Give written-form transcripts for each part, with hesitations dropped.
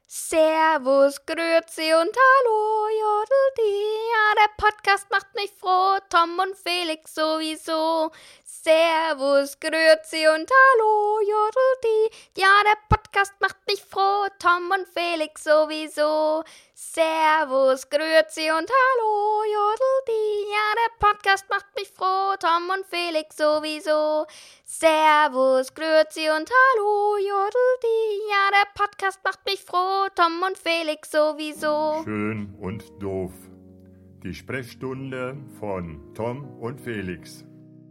Servus, Grüezi und Hallo, Jodeldi. Ja, der Podcast macht mich froh, Tom und Felix sowieso. Servus, Grüezi und Hallo, Jodeldi. Ja, der Podcast macht mich froh, Tom und Felix sowieso. Servus, Grüezi und Hallo, Jodeldi. Ja, der Podcast macht mich froh, Tom und Felix sowieso. Servus, Grüezi und Hallo, Jodeldi. Ja, der Podcast macht mich froh, Tom und Felix sowieso. Schön und doof. Die Sprechstunde von Tom und Felix.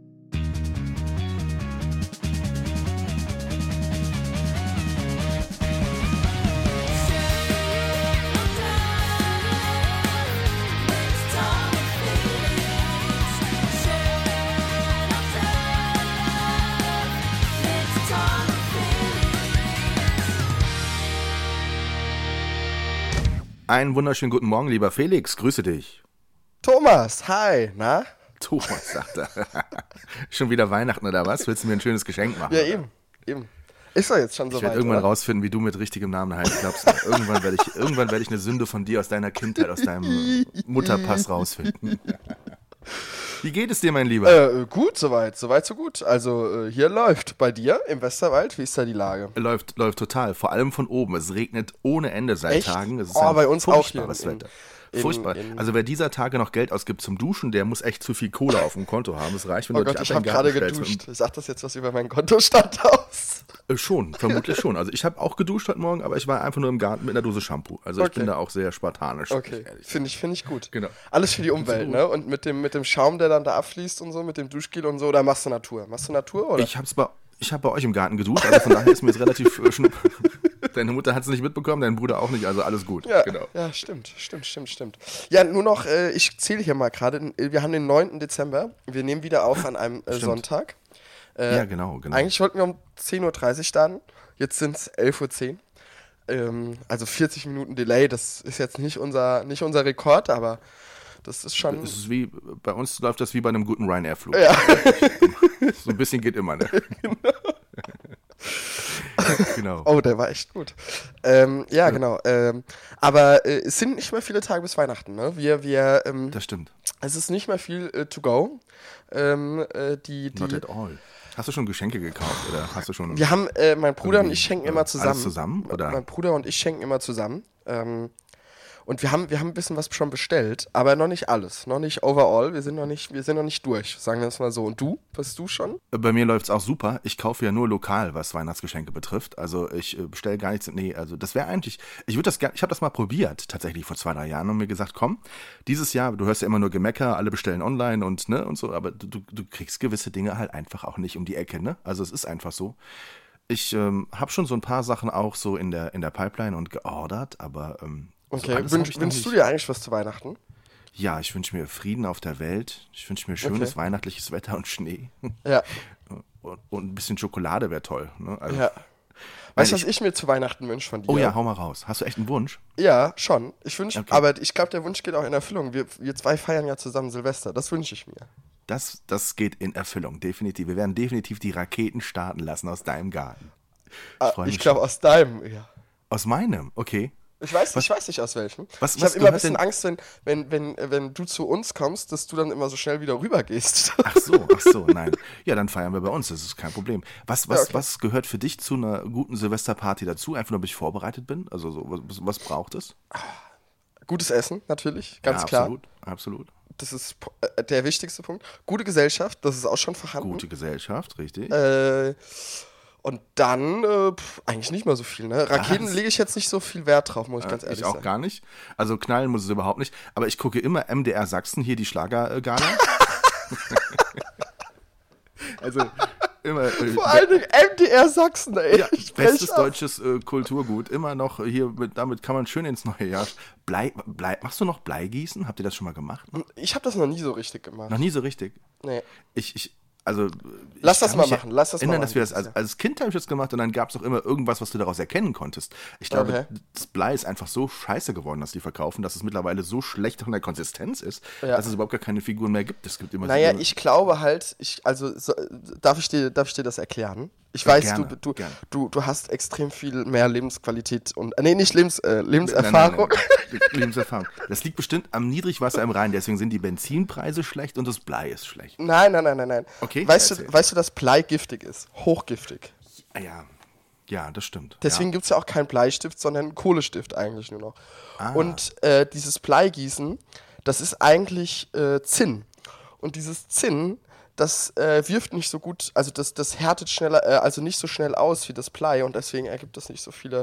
Einen wunderschönen guten Morgen, lieber Felix. Grüße dich. Thomas, hi, na? Thomas, sagt er. Schon wieder Weihnachten oder was? Willst du mir ein schönes Geschenk machen? Ja, oder? eben. Ist doch jetzt schon so Ich weit, werde irgendwann oder? rausfinden, wie du mit richtigem Namen heißt. Glaubst du? Irgendwann werde ich eine Sünde von dir aus deiner Kindheit, aus deinem Mutterpass rausfinden. Wie geht es dir, mein Lieber? Gut, soweit so gut. Also hier läuft. Bei dir im Westerwald, wie ist da die Lage? Läuft total. Vor allem von oben. Es regnet ohne Ende seit Echt? Tagen. Es ist Oh, bei uns auch hier furchtbares Wetter. in- Furchtbar. Also wer dieser Tage noch Geld ausgibt zum Duschen, der muss echt zu viel Kohle auf dem Konto haben. Es reicht, wenn Oh du Gott, dich ich ab in habe den gerade Garten stellst geduscht. Sagt das jetzt was über meinen Kontostand aus? Schon, vermutlich schon. Also ich habe auch geduscht heute Morgen, aber ich war einfach nur im Garten mit einer Dose Shampoo. Also ich Okay. bin da auch sehr spartanisch. muss Okay, ich ehrlich sagen. finde ich gut. Genau. Alles für die Umwelt, ne? Und mit dem Schaum, der dann da abfließt und so, mit dem Duschgel und so, da machst du Natur. Machst du Natur, oder? Ich habe bei euch im Garten geduscht, also von daher ist mir jetzt relativ schnupp. Deine Mutter hat es nicht mitbekommen, dein Bruder auch nicht, also alles gut. Ja, Genau. ja, stimmt. Ja, nur noch, ich zähle hier mal gerade, wir haben den 9. Dezember, wir nehmen wieder auf an einem Sonntag. Ja, genau. Eigentlich wollten wir um 10.30 Uhr starten, jetzt sind es 11.10 Uhr. Also 40 Minuten Delay, das ist jetzt nicht unser Rekord, aber das ist schon... Es ist wie, bei uns läuft das wie bei einem guten Ryanair-Flug. Ja. So ein bisschen geht immer, ne? Genau. Oh, der war echt gut. Ja, genau. Aber es sind nicht mehr viele Tage bis Weihnachten, ne? Das stimmt. Es ist nicht mehr viel to go. Not at all. Hast du schon Geschenke gekauft oder hast du schon... Wir haben, mein Bruder und ich schenken immer zusammen. Alles zusammen, oder? Mein Bruder und ich schenken immer zusammen. Und wir haben ein bisschen was schon bestellt, aber noch nicht alles. Noch nicht overall. Wir sind noch nicht durch, sagen wir es mal so. Und du? Was du schon? Bei mir läuft's auch super. Ich kaufe ja nur lokal, was Weihnachtsgeschenke betrifft. Also ich bestelle gar nichts. Nee, also das wäre eigentlich... Ich habe das mal probiert, tatsächlich vor 2-3 Jahren und mir gesagt, komm, dieses Jahr, du hörst ja immer nur Gemecker, alle bestellen online und so, aber du kriegst gewisse Dinge halt einfach auch nicht um die Ecke, ne? Also es ist einfach so. Ich habe schon so ein paar Sachen auch so in der Pipeline und geordert, aber... Okay, so alles hab ich noch wünschst du nicht. dir eigentlich was zu Weihnachten? Ja, ich wünsche mir Frieden auf der Welt. Ich wünsche mir schönes weihnachtliches Wetter und Schnee. Ja. Und ein bisschen Schokolade wäre toll. Ne? Also, Ja. Weißt du, was ich mir zu Weihnachten wünsche von dir? Oh ja, hau mal raus. Hast du echt einen Wunsch? Ja, schon. Ich wünsche, Okay. aber ich glaube, der Wunsch geht auch in Erfüllung. Wir zwei feiern ja zusammen Silvester. Das wünsche ich mir. Das geht in Erfüllung, definitiv. Wir werden definitiv die Raketen starten lassen aus deinem Garten. freu Ich mich glaube, aus deinem, ja. Aus meinem, okay. Ich weiß nicht aus welchem. Was Ich habe immer ein gehört bisschen denn- Angst, wenn du zu uns kommst, dass du dann immer so schnell wieder rübergehst. Ach so, nein. Ja, dann feiern wir bei uns, das ist kein Problem. Was okay. gehört für dich zu einer guten Silvesterparty dazu? Einfach nur, ob ich vorbereitet bin? Also so, was braucht es? Gutes Essen, natürlich, ganz ja, klar. Absolut. Das ist der wichtigste Punkt. Gute Gesellschaft, das ist auch schon vorhanden. Gute Gesellschaft, richtig. Und dann eigentlich nicht mal so viel. Ne? Raketen das- lege ich jetzt nicht so viel Wert drauf, muss ich ganz ehrlich Ich auch sagen. gar nicht. Also knallen muss es überhaupt nicht. Aber ich gucke immer MDR Sachsen, hier die Schlagergala. Also immer... Vor allen Dingen MDR Sachsen, ey. Ja, Ich bestes brech ab. deutsches Kulturgut. Immer noch hier, damit kann man schön ins neue Jahr. Machst du noch Bleigießen? Habt ihr das schon mal gemacht? Ich habe das noch nie so richtig gemacht. Noch nie so richtig. Nee. Lass das mal machen, lass das mal erinnern, dass wir das machen. als Kind habe ich das gemacht und dann gab es auch immer irgendwas, was du daraus erkennen konntest. Ich glaube, Okay. das Blei ist einfach so scheiße geworden, dass die verkaufen, dass es mittlerweile so schlecht von der Konsistenz ist, Ja. dass es überhaupt gar keine Figuren mehr gibt. Es gibt immer Naja, so, ich glaube halt, darf ich dir das erklären? Ich weiß, Gerne, du gerne. hast extrem viel mehr Lebensqualität und, nicht Lebenserfahrung. Nein. Lebenserfahrung. Das liegt bestimmt am Niedrigwasser im Rhein, deswegen sind die Benzinpreise schlecht und das Blei ist schlecht. Nein. Okay, Weißt erzähl. du, dass Blei giftig ist? Hochgiftig. Ja, das stimmt. Deswegen gibt es ja auch keinen Bleistift, sondern einen Kohlestift eigentlich nur noch. Ah. Und dieses Bleigießen, das ist eigentlich Zinn. Und dieses Zinn, das wirft nicht so gut, also das härtet schneller, also nicht so schnell aus wie das Blei und deswegen ergibt das nicht so viele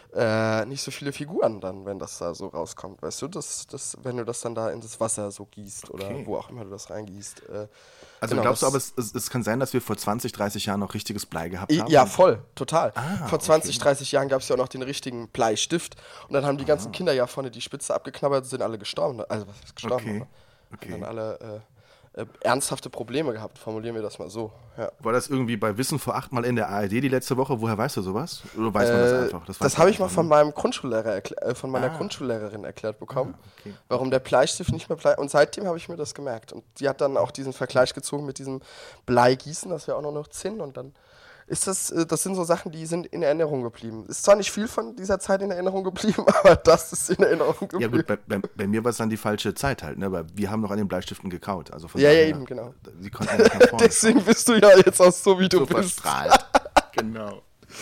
Figuren dann, wenn das da so rauskommt, weißt du, wenn du das dann da in das Wasser so gießt oder wo auch immer du das reingießt. Also genau, glaubst du aber, es kann sein, dass wir vor 20, 30 Jahren noch richtiges Blei gehabt haben? Ja, voll, total. Vor 20, okay. 30 Jahren gab es ja auch noch den richtigen Bleistift und dann haben die ganzen Kinder ja vorne die Spitze abgeknabbert und sind alle gestorben. Also, was ist gestorben? Okay. Haben dann alle ernsthafte Probleme gehabt, formulieren wir das mal so. Ja. War das irgendwie bei Wissen vor 8 Mal in der ARD die letzte Woche? Woher weißt du sowas? Oder weiß man das einfach? Das habe ich mal von meinem Grundschullehrer von meiner Grundschullehrerin erklärt bekommen, okay. warum der Bleistift nicht mehr Blei. Und seitdem habe ich mir das gemerkt. Und die hat dann auch diesen Vergleich gezogen mit diesem Bleigießen, das wäre auch noch Zinn. Und dann ist das sind so Sachen, die sind in Erinnerung geblieben. Ist zwar nicht viel von dieser Zeit in Erinnerung geblieben, aber das ist in Erinnerung geblieben. Ja gut, bei mir war es dann die falsche Zeit halt, ne? Weil wir haben noch an den Bleistiften gekaut. Also von Ja, daher, eben, genau. Sie konnten ja nicht nach vorne Deswegen bist du ja jetzt auch so, wie du so bist. verstrahlt. Genau.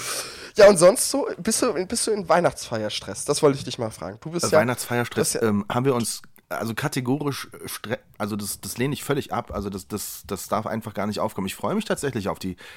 Ja, und sonst so, bist du in Weihnachtsfeierstress? Das wollte ich dich mal fragen. Du bist Weihnachtsfeierstress das ja- haben wir uns also kategorisch, also das lehne ich völlig ab, also das darf einfach gar nicht aufkommen. Ich freue mich tatsächlich auf die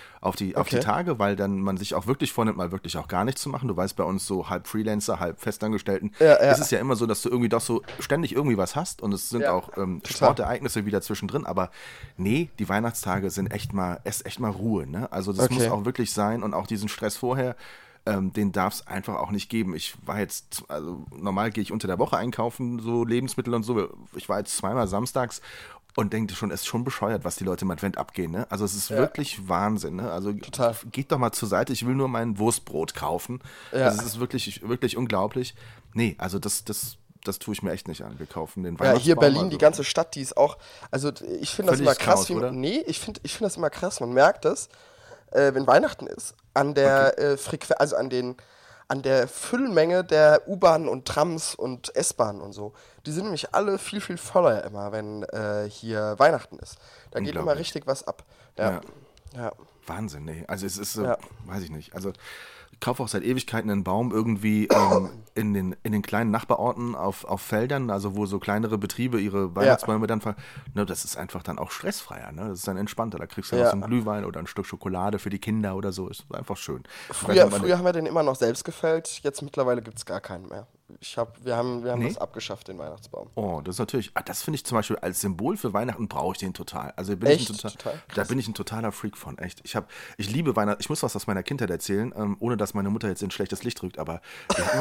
Tage, weil dann man sich auch wirklich vornimmt, mal wirklich auch gar nichts zu machen. Du weißt, bei uns so halb Freelancer, halb Festangestellten, ist es ja immer so, dass du irgendwie doch so ständig irgendwie was hast und es sind auch Sportereignisse wieder zwischendrin, aber nee, die Weihnachtstage sind echt mal Ruhe, ne? Also das muss auch wirklich sein und auch diesen Stress vorher, den darf es einfach auch nicht geben. Ich war jetzt, also normal gehe ich unter der Woche einkaufen, so Lebensmittel und so. Ich war jetzt 2-mal samstags und denke schon, es ist schon bescheuert, was die Leute im Advent abgehen. Ne? Also es ist wirklich Wahnsinn. Ne? Also Total. geht doch mal zur Seite, ich will nur mein Wurstbrot kaufen. Ja. Also es ist wirklich, wirklich unglaublich. Nee, also das tue ich mir echt nicht an. Wir kaufen den Ja, Weihnachtsbaum. hier Berlin, also die ganze Stadt, die ist auch, also ich finde das Völlig immer krass, Chaos, oder? ich finde das immer krass, man merkt das, wenn Weihnachten ist, an der Frequenz, also an der Füllmenge der U-Bahnen und Trams und S-Bahnen und so. Die sind nämlich alle viel, viel voller immer, wenn hier Weihnachten ist. Da geht immer Unglaublich. richtig was ab. Ja. Wahnsinn, nee. Also es ist, Ja. weiß ich nicht. Also ich kaufe auch seit Ewigkeiten einen Baum irgendwie in den kleinen Nachbarorten auf Feldern, also wo so kleinere Betriebe ihre Weihnachtsbäume dann das ist einfach dann auch stressfreier, ne? Das ist dann entspannter. Da kriegst du noch so einen Glühwein oder ein Stück Schokolade für die Kinder oder so. Ist einfach schön. Früher haben wir den immer noch selbst gefällt, jetzt mittlerweile gibt es gar keinen mehr. Wir haben Nee? das abgeschafft, den Weihnachtsbaum. Oh, das ist natürlich, das finde ich zum Beispiel als Symbol für Weihnachten brauche ich den total. Also Echt? da Krass. bin ich ein totaler Freak von, echt. Ich liebe Weihnachten, ich muss was aus meiner Kindheit erzählen, ohne dass meine Mutter jetzt in schlechtes Licht rückt, aber wir hatten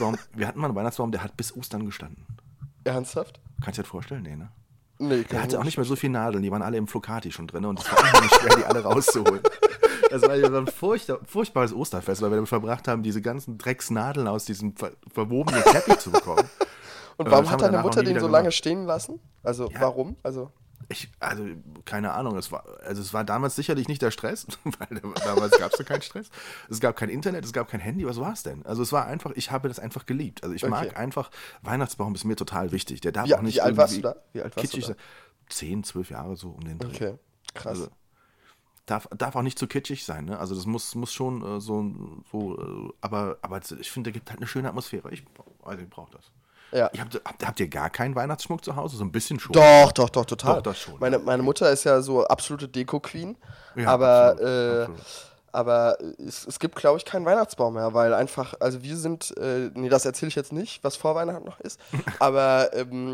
mal einen Weihnachtsbaum, der hat bis Ostern gestanden. Ernsthaft? Kannst du dir das vorstellen? Nee, ne? Nee, Der hatte auch nicht mehr so viel Nadeln, die waren alle im Flocati schon drin und es war einfach nicht schwer, die alle rauszuholen. Das war ja so ein furchtbares Osterfest, weil wir damit verbracht haben, diese ganzen Drecksnadeln aus diesem verwobenen Teppich zu bekommen. Und warum das hat haben wir deine danach Mutter nie den wieder so lange gemacht. stehen lassen? Also warum? Also Keine Ahnung, es war damals sicherlich nicht der Stress, weil damals gab es ja keinen Stress. Es gab kein Internet, es gab kein Handy, was war es denn? Also es war einfach, ich habe das einfach geliebt. Also ich mag einfach, Weihnachtsbaum ist mir total wichtig. Der darf auch nicht wie alt warst du irgendwie da? Wie alt warst du kitschig da? sein. 10, 12 Jahre so um den Dreh. Okay, krass. Also, darf auch nicht zu kitschig sein, ne? Also das muss schon aber ich finde, der gibt halt eine schöne Atmosphäre. Ich brauche das. Ja. Habt ihr gar keinen Weihnachtsschmuck zu Hause? So ein bisschen schon. Doch, total. Doch, das schon. Meine Mutter ist ja so absolute Deko-Queen, Ja, aber absolut. aber es gibt, glaube ich, keinen Weihnachtsbaum mehr, weil einfach, also wir sind, das erzähle ich jetzt nicht, was vor Weihnachten noch ist, aber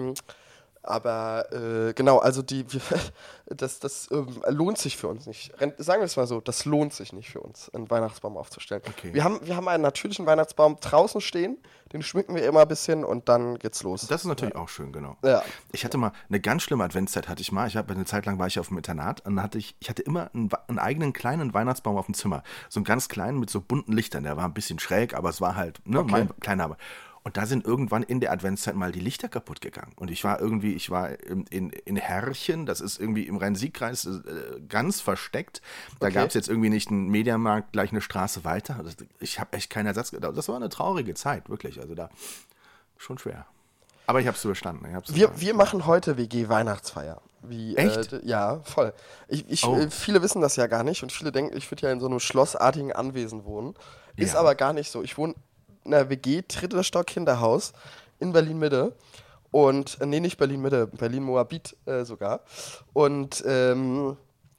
genau, also das lohnt sich für uns nicht. Sagen wir es mal so, das lohnt sich nicht für uns, einen Weihnachtsbaum aufzustellen. Okay. Wir haben einen natürlichen Weihnachtsbaum draußen stehen, den schmücken wir immer ein bisschen und dann geht's los. Das ist natürlich auch schön, genau. Ja. Ich hatte mal eine ganz schlimme Adventszeit, eine Zeit lang war ich auf dem Internat und ich hatte immer einen eigenen kleinen Weihnachtsbaum auf dem Zimmer. So einen ganz kleinen mit so bunten Lichtern, der war ein bisschen schräg, aber es war halt, mein kleiner. Und da sind irgendwann in der Adventszeit mal die Lichter kaputt gegangen. Und ich war in Herrchen, das ist irgendwie im Rhein-Sieg-Kreis ganz versteckt. Da Okay. gab es jetzt irgendwie nicht einen Mediamarkt gleich eine Straße weiter. Ich habe echt keinen Ersatz. Das war eine traurige Zeit, wirklich. Also da schon schwer. Aber ich habe es überstanden. Wir machen heute WG-Weihnachtsfeier. Echt? Ja, voll. Viele wissen das ja gar nicht und viele denken, ich würde ja in so einem schlossartigen Anwesen wohnen. Ist Ja. aber gar nicht so. Ich wohne in einer WG, 3. Stock Kinderhaus in Berlin-Mitte. Und, nee, nicht Berlin-Mitte, Berlin-Moabit sogar. Und, wir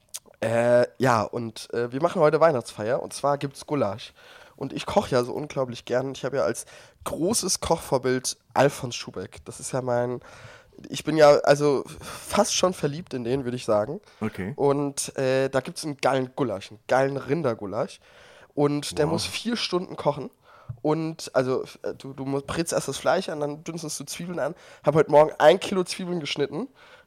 machen heute Weihnachtsfeier und zwar gibt's Gulasch. Und ich koche ja so unglaublich gern. Ich habe ja als großes Kochvorbild Alfons Schubeck. Das ist ja ich bin ja also fast schon verliebt in den, würde ich sagen. Okay. Und da gibt es einen geilen Gulasch, einen geilen Rindergulasch. Und der Wow. muss 4 Stunden kochen. Und also du brätst erst das Fleisch an, dann dünstest du Zwiebeln an. Habe heute Morgen 1 Kilo Zwiebeln geschnitten.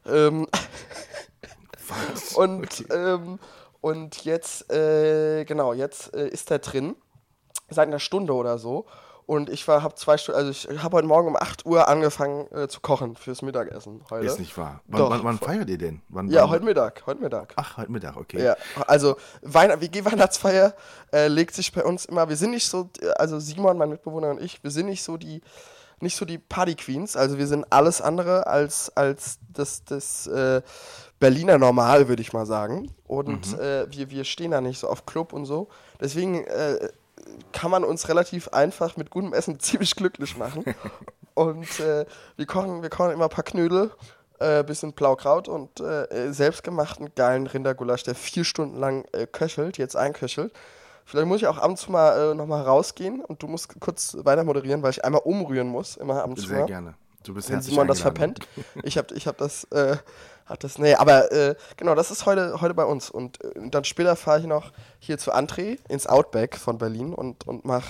Was? Und, Okay. und jetzt ist der drin. Seit einer Stunde oder so. Und ich habe 2 Stunden, also ich habe heute Morgen um 8 Uhr angefangen zu kochen fürs Mittagessen heute. Ist nicht wahr. Doch. Wann feiert ihr denn? Ja, heute Mittag. Ach, heute Mittag, okay. Ja, also WG-Weihnachtsfeier legt sich bei uns immer, wir sind nicht so, also Simon, mein Mitbewohner und ich, wir sind nicht so die Party-Queens, also wir sind alles andere als das Berliner Normal, würde ich mal sagen. Und wir stehen da nicht so auf Club und so. Deswegen kann man uns relativ einfach mit gutem Essen ziemlich glücklich machen. Und wir kochen immer ein paar Knödel, bisschen Blaukraut und selbstgemachten geilen Rindergulasch, der 4 Stunden lang köchelt, jetzt einköchelt. Vielleicht muss ich auch ab und zu mal nochmal rausgehen und du musst kurz weiter moderieren, weil ich einmal umrühren muss, immer ab und zu Sehr mal. gerne. Du bist Wenn herzlich Simon das eingeladen. verpennt. Ich hab das, nee, aber genau, das ist heute bei uns. Und dann später fahre ich noch hier zu André ins Outback von Berlin und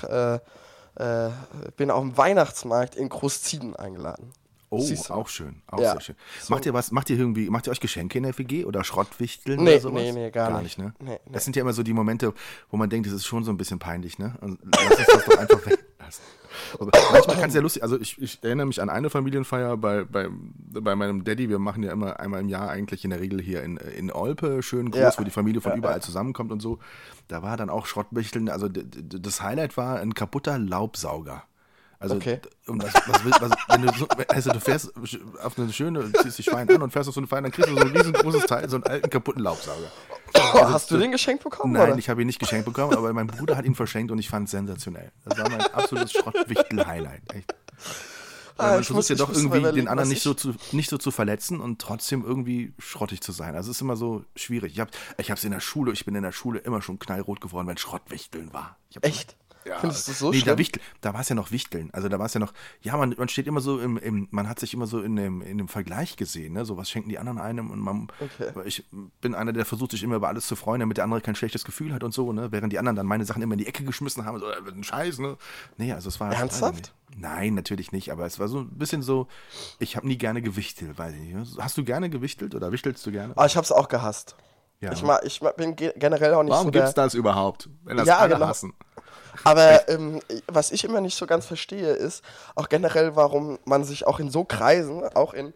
bin auf dem Weihnachtsmarkt in Großzieden eingeladen. Oh, Siehst du. auch schön, auch Ja. sehr schön. So. Macht ihr euch Geschenke in der WG oder Schrottwichteln Nee, oder sowas? nee, gar nicht. Ne? Nee. Das sind ja immer so die Momente, wo man denkt, das ist schon so ein bisschen peinlich, ne? Und lass uns das doch einfach weglassen. Aber manchmal kann es ja lustig, also ich erinnere mich an eine Familienfeier bei meinem Daddy, wir machen ja immer einmal im Jahr eigentlich in der Regel hier in Olpe, schön groß, Ja. wo die Familie von überall zusammenkommt und so. Da war dann auch Schrottwichteln, also das Highlight war ein kaputter Laubsauger. Also, Okay. und wenn du fährst auf eine schöne, ziehst dich fein an und fährst auf so eine Feier, dann kriegst du so ein riesengroßes Teil, so einen alten kaputten Laubsauger. Hast du den geschenkt bekommen? Nein, oder? ich habe ihn nicht geschenkt bekommen, aber mein Bruder hat ihn verschenkt und ich fand es sensationell. Das war mein absolutes Schrottwichtel-Highlight. Echt. Weil man ich versucht muss- ja ich doch muss mal irgendwie überlegen, den anderen was nicht so zu verletzen und trotzdem irgendwie schrottig zu sein. Also es ist immer so schwierig. Ich bin in der Schule immer schon knallrot geworden, wenn Schrottwichteln war. Echt? Ja. Findest du das so nee, schlimm? da war es ja noch Wichteln. Also da war es ja noch, ja, man steht immer so man hat sich immer so in dem Vergleich gesehen, ne? So, was schenken die anderen einem und Okay. ich bin einer, der versucht sich immer über alles zu freuen, damit der andere kein schlechtes Gefühl hat und so, ne? Während die anderen dann meine Sachen immer in die Ecke geschmissen haben, so, ein Scheiß, ne? Nee, also es war. Ernsthaft? Nein, natürlich nicht, aber es war so ein bisschen so, ich habe nie gerne gewichtelt, weiß ich nicht. Hast du gerne gewichtelt oder wichtelst du gerne? Aber ich hab's auch gehasst. Ja. Ich bin generell auch nicht Warum so der... gibt's das überhaupt, wenn das Ja, alle genau. hassen? Aber was ich immer nicht so ganz verstehe, ist auch generell, warum man sich auch in so Kreisen, auch in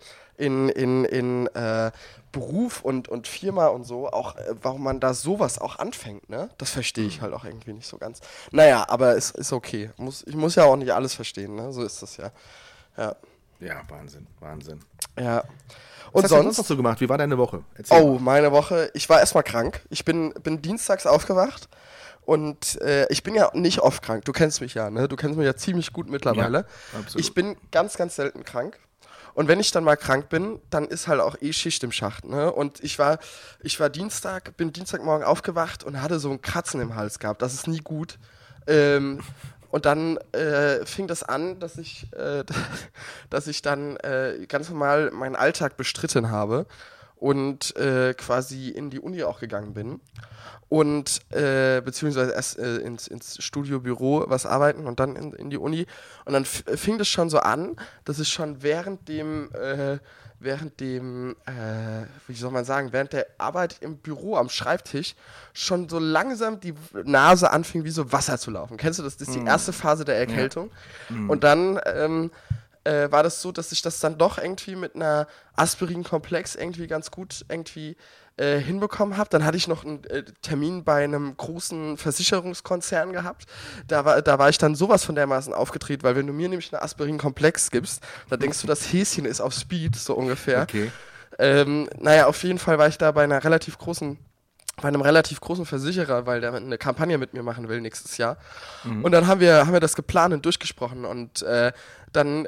Beruf und Firma und so, auch warum man da sowas auch anfängt, ne? Das verstehe ich halt auch irgendwie nicht so ganz. Naja, aber es ist okay. Ich muss ja auch nicht alles verstehen, ne? So ist das ja. Ja. Ja, Wahnsinn. Ja. Was Und hast du sonst noch sonst? so gemacht? Wie war deine Woche? Erzähl Oh, mal. meine Woche. Ich war erstmal krank. Ich bin dienstags aufgewacht und ich bin ja nicht oft krank. Du kennst mich ja, ne? Du kennst mich ja ziemlich gut mittlerweile. Ja, absolut. Ich bin ganz, ganz selten krank. Und wenn ich dann mal krank bin, dann ist halt auch Schicht im Schacht, ne? Und bin Dienstagmorgen aufgewacht und hatte so ein Kratzen im Hals gehabt. Das ist nie gut. Und dann fing das an, dass ich dann ganz normal meinen Alltag bestritten habe. und quasi in die Uni auch gegangen bin. Und beziehungsweise erst ins Studiobüro was arbeiten und dann in die Uni. Und dann fing das schon so an, dass ich schon während der Arbeit im Büro am Schreibtisch schon so langsam die Nase anfing, wie so Wasser zu laufen. Kennst du das? Das ist die erste Phase der Erkältung. Ja. Und dann war das so, dass ich das dann doch irgendwie mit einer Aspirin-Komplex irgendwie ganz gut irgendwie hinbekommen habe. Dann hatte ich noch einen Termin bei einem großen Versicherungskonzern gehabt. Da war ich dann sowas von dermaßen aufgedreht, weil wenn du mir nämlich eine Aspirin-Komplex gibst, dann denkst du, das Häschen ist auf Speed, so ungefähr. Okay. Auf jeden Fall war ich da bei einem relativ großen Versicherer, weil der eine Kampagne mit mir machen will nächstes Jahr. Mhm. Und dann haben wir das geplant und durchgesprochen und dann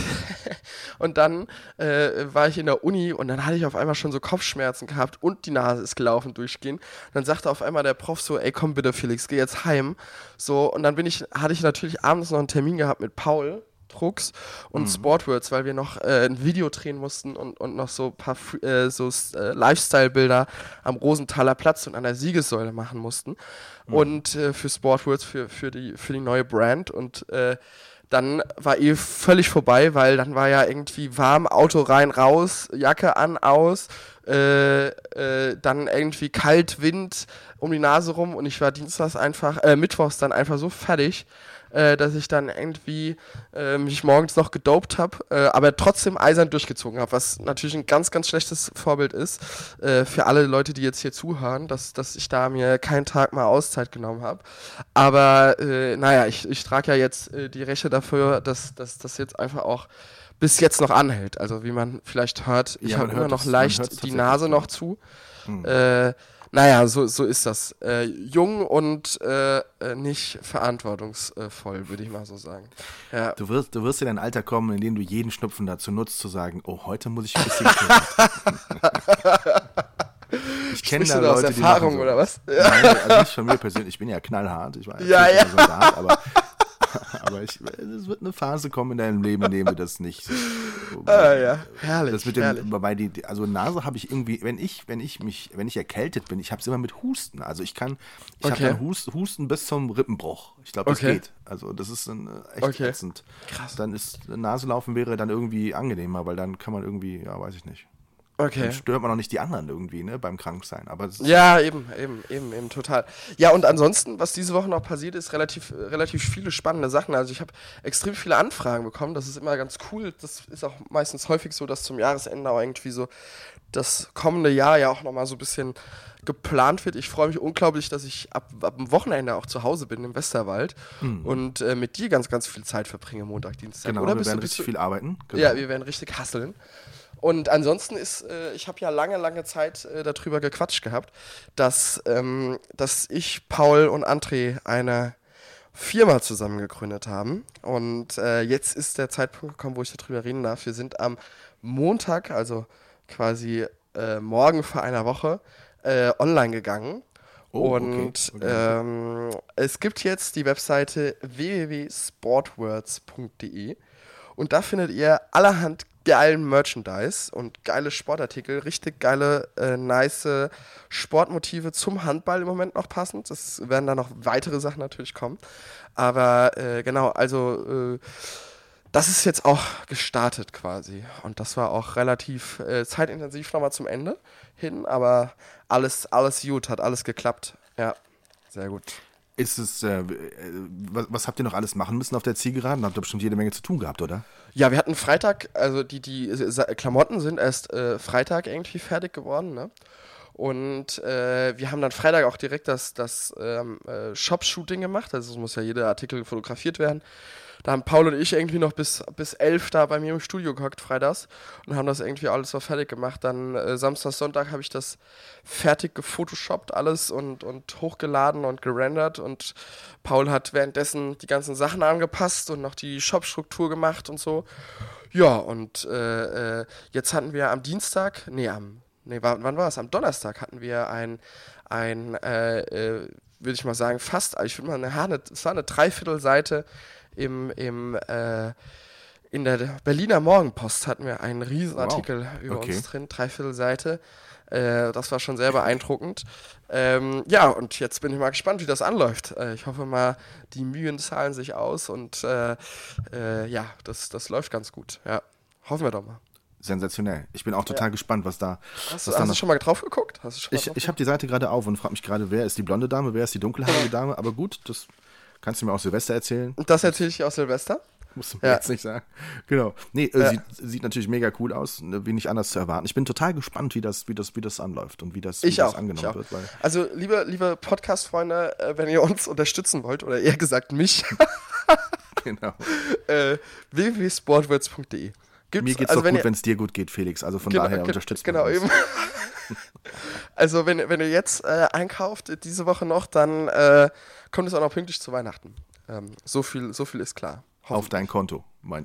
war ich in der Uni und dann hatte ich auf einmal schon so Kopfschmerzen gehabt und die Nase ist gelaufen durchgehend. Dann sagte auf einmal der Prof so, ey komm bitte Felix, geh jetzt heim. So, und dann hatte ich natürlich abends noch einen Termin gehabt mit Paul Drucks und Sportwords, weil wir noch ein Video drehen mussten und noch so ein paar Lifestyle-Bilder am Rosenthaler Platz und an der Siegessäule machen mussten. Und für Sportwords, für die neue Brand. Und dann war völlig vorbei, weil dann war ja irgendwie warm, Auto rein, raus, Jacke an, aus, dann irgendwie kalt, Wind um die Nase rum und ich war mittwochs dann einfach so fertig, dass ich dann irgendwie mich morgens noch gedopt habe, aber trotzdem eisern durchgezogen habe, was natürlich ein ganz, ganz schlechtes Vorbild ist für alle Leute, die jetzt hier zuhören, dass ich da mir keinen Tag mal Auszeit genommen habe. Aber ich trage ja jetzt die Rechte dafür, dass das jetzt einfach auch bis jetzt noch anhält. Also wie man vielleicht hört, ich habe immer noch leicht die Nase noch zu. So ist das. Jung und nicht verantwortungsvoll, würde ich mal so sagen. Ja. Du wirst in ein Alter kommen, in dem du jeden Schnupfen dazu nutzt, zu sagen, oh, heute muss ich ein bisschen Ich kenne da Leute, aus Erfahrung so. Oder was? Nein, also nicht von mir persönlich. Ich bin ja knallhart. Ich war Soldat, aber es wird eine Phase kommen in deinem Leben, in dem du das nicht so. Herrlich. Das mit dem, also Nase habe ich irgendwie, wenn ich erkältet bin, ich habe es immer mit Husten. Also ich habe dann Husten bis zum Rippenbruch. Ich glaube, das geht. Also das ist dann echt ätzend. Krass. Dann ist Naselaufen wäre dann irgendwie angenehmer, weil dann kann man irgendwie, weiß ich nicht. Okay. Dann stört man auch nicht die anderen irgendwie, ne, beim Kranksein. Aber eben, total. Ja, und ansonsten, was diese Woche noch passiert ist, relativ viele spannende Sachen. Also ich habe extrem viele Anfragen bekommen, das ist immer ganz cool. Das ist auch meistens häufig so, dass zum Jahresende auch irgendwie so das kommende Jahr ja auch nochmal so ein bisschen geplant wird. Ich freue mich unglaublich, dass ich ab dem Wochenende auch zu Hause bin im Westerwald und mit dir ganz, ganz viel Zeit verbringe, Montag, Dienstag. Genau, wir werden richtig viel arbeiten. Genau. Ja, wir werden richtig hustlen. Und ansonsten ich habe ja lange Zeit darüber gequatscht gehabt, dass ich, Paul und André eine Firma zusammen gegründet haben. Und jetzt ist der Zeitpunkt gekommen, wo ich darüber reden darf. Wir sind am Montag, also quasi morgen vor einer Woche, online gegangen. Und es gibt jetzt die Webseite www.sportwords.de und da findet ihr allerhand geilen Merchandise und geile Sportartikel, richtig geile, nice Sportmotive zum Handball im Moment noch passend. Es werden da noch weitere Sachen natürlich kommen. Aber das ist jetzt auch gestartet quasi. Und das war auch relativ zeitintensiv nochmal zum Ende hin, aber alles gut, hat alles geklappt. Ja, sehr gut. Ist es, was habt ihr noch alles machen müssen auf der Zielgeraden? Habt ihr bestimmt jede Menge zu tun gehabt, oder? Ja, wir hatten Freitag, also die Klamotten sind erst Freitag irgendwie fertig geworden, ne? Und wir haben dann Freitag auch direkt das Shop-Shooting gemacht, also es muss ja jeder Artikel fotografiert werden. Da haben Paul und ich irgendwie noch bis 11 da bei mir im Studio gehockt, freitags, und haben das irgendwie alles so fertig gemacht. Dann Samstag, Sonntag habe ich das fertig gefotoshoppt alles und hochgeladen und gerendert und Paul hat währenddessen die ganzen Sachen angepasst und noch die Shop-Struktur gemacht und so. Ja, und jetzt hatten wir am Dienstag, wann war es? Am Donnerstag hatten wir würde ich mal sagen, es war eine Dreiviertelseite im In der Berliner Morgenpost hatten wir einen Riesenartikel über Okay. uns drin, 3/4 Seite. Das war schon sehr beeindruckend. Ja, und jetzt bin ich mal gespannt, wie das anläuft. Ich hoffe mal, die Mühen zahlen sich aus und ja, das läuft ganz gut. Ja, hoffen wir doch mal. Sensationell. Ich bin auch total gespannt, was da. Hast was da du noch. schon mal drauf geguckt? Ich habe die Seite gerade auf und frage mich gerade, wer ist die blonde Dame, wer ist die dunkelhaarige Dame. Aber gut, das kannst du mir auch Silvester erzählen. Und das erzähle ich dir aus Silvester. Musst du mir jetzt nicht sagen. Genau. Nee, sieht natürlich mega cool aus, wie nicht anders zu erwarten. Ich bin total gespannt, wie das anläuft und wie das angenommen wird. Weil Also, liebe Podcast-Freunde, wenn ihr uns unterstützen wollt, oder eher gesagt mich, genau. www.sportwords.de. Mir geht's doch gut, wenn es dir gut geht, Felix. Also von daher unterstützt Genau, uns. eben. Also, wenn ihr jetzt einkauft, diese Woche noch, dann kommt es auch noch pünktlich zu Weihnachten. So viel ist klar. Auf dein Konto.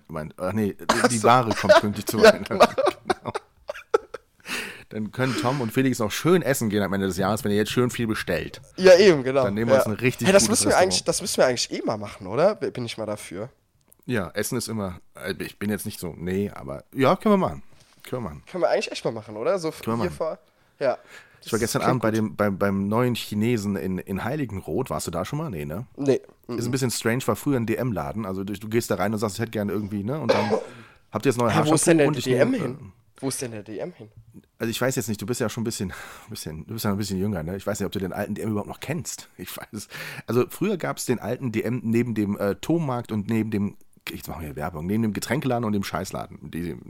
Die Ware kommt pünktlich zu Weihnachten. Genau. Dann können Tom und Felix noch schön essen gehen am Ende des Jahres, wenn ihr jetzt schön viel bestellt. Ja, eben, genau. Dann nehmen wir uns ein richtig das gutes müssen wir Restaurant. das müssen wir eigentlich eh mal machen, oder? Bin ich mal dafür. Ja, Essen ist immer, ich bin jetzt nicht so, aber ja, können wir machen. Können wir eigentlich echt mal machen, oder? So Können wir hier vor. Ja. Ich war gestern Abend beim neuen Chinesen in Heiligenroth. Warst du da schon mal? Nee, ne? Nee. Ist ein bisschen strange, war früher ein DM-Laden. Also du gehst da rein und sagst, ich hätte gerne irgendwie, ne? Und dann habt ihr das neue Haarshampoo. Wo ist denn der und ich DM nehme, hin? Wo ist denn der DM hin? Also ich weiß jetzt nicht, du bist ja schon du bist ja ein bisschen jünger, ne? Ich weiß nicht, ob du den alten DM überhaupt noch kennst. Ich weiß es. Also früher gab es den alten DM neben dem Tommarkt und neben dem, ich mache hier Werbung, neben dem Getränkeladen und dem Scheißladen,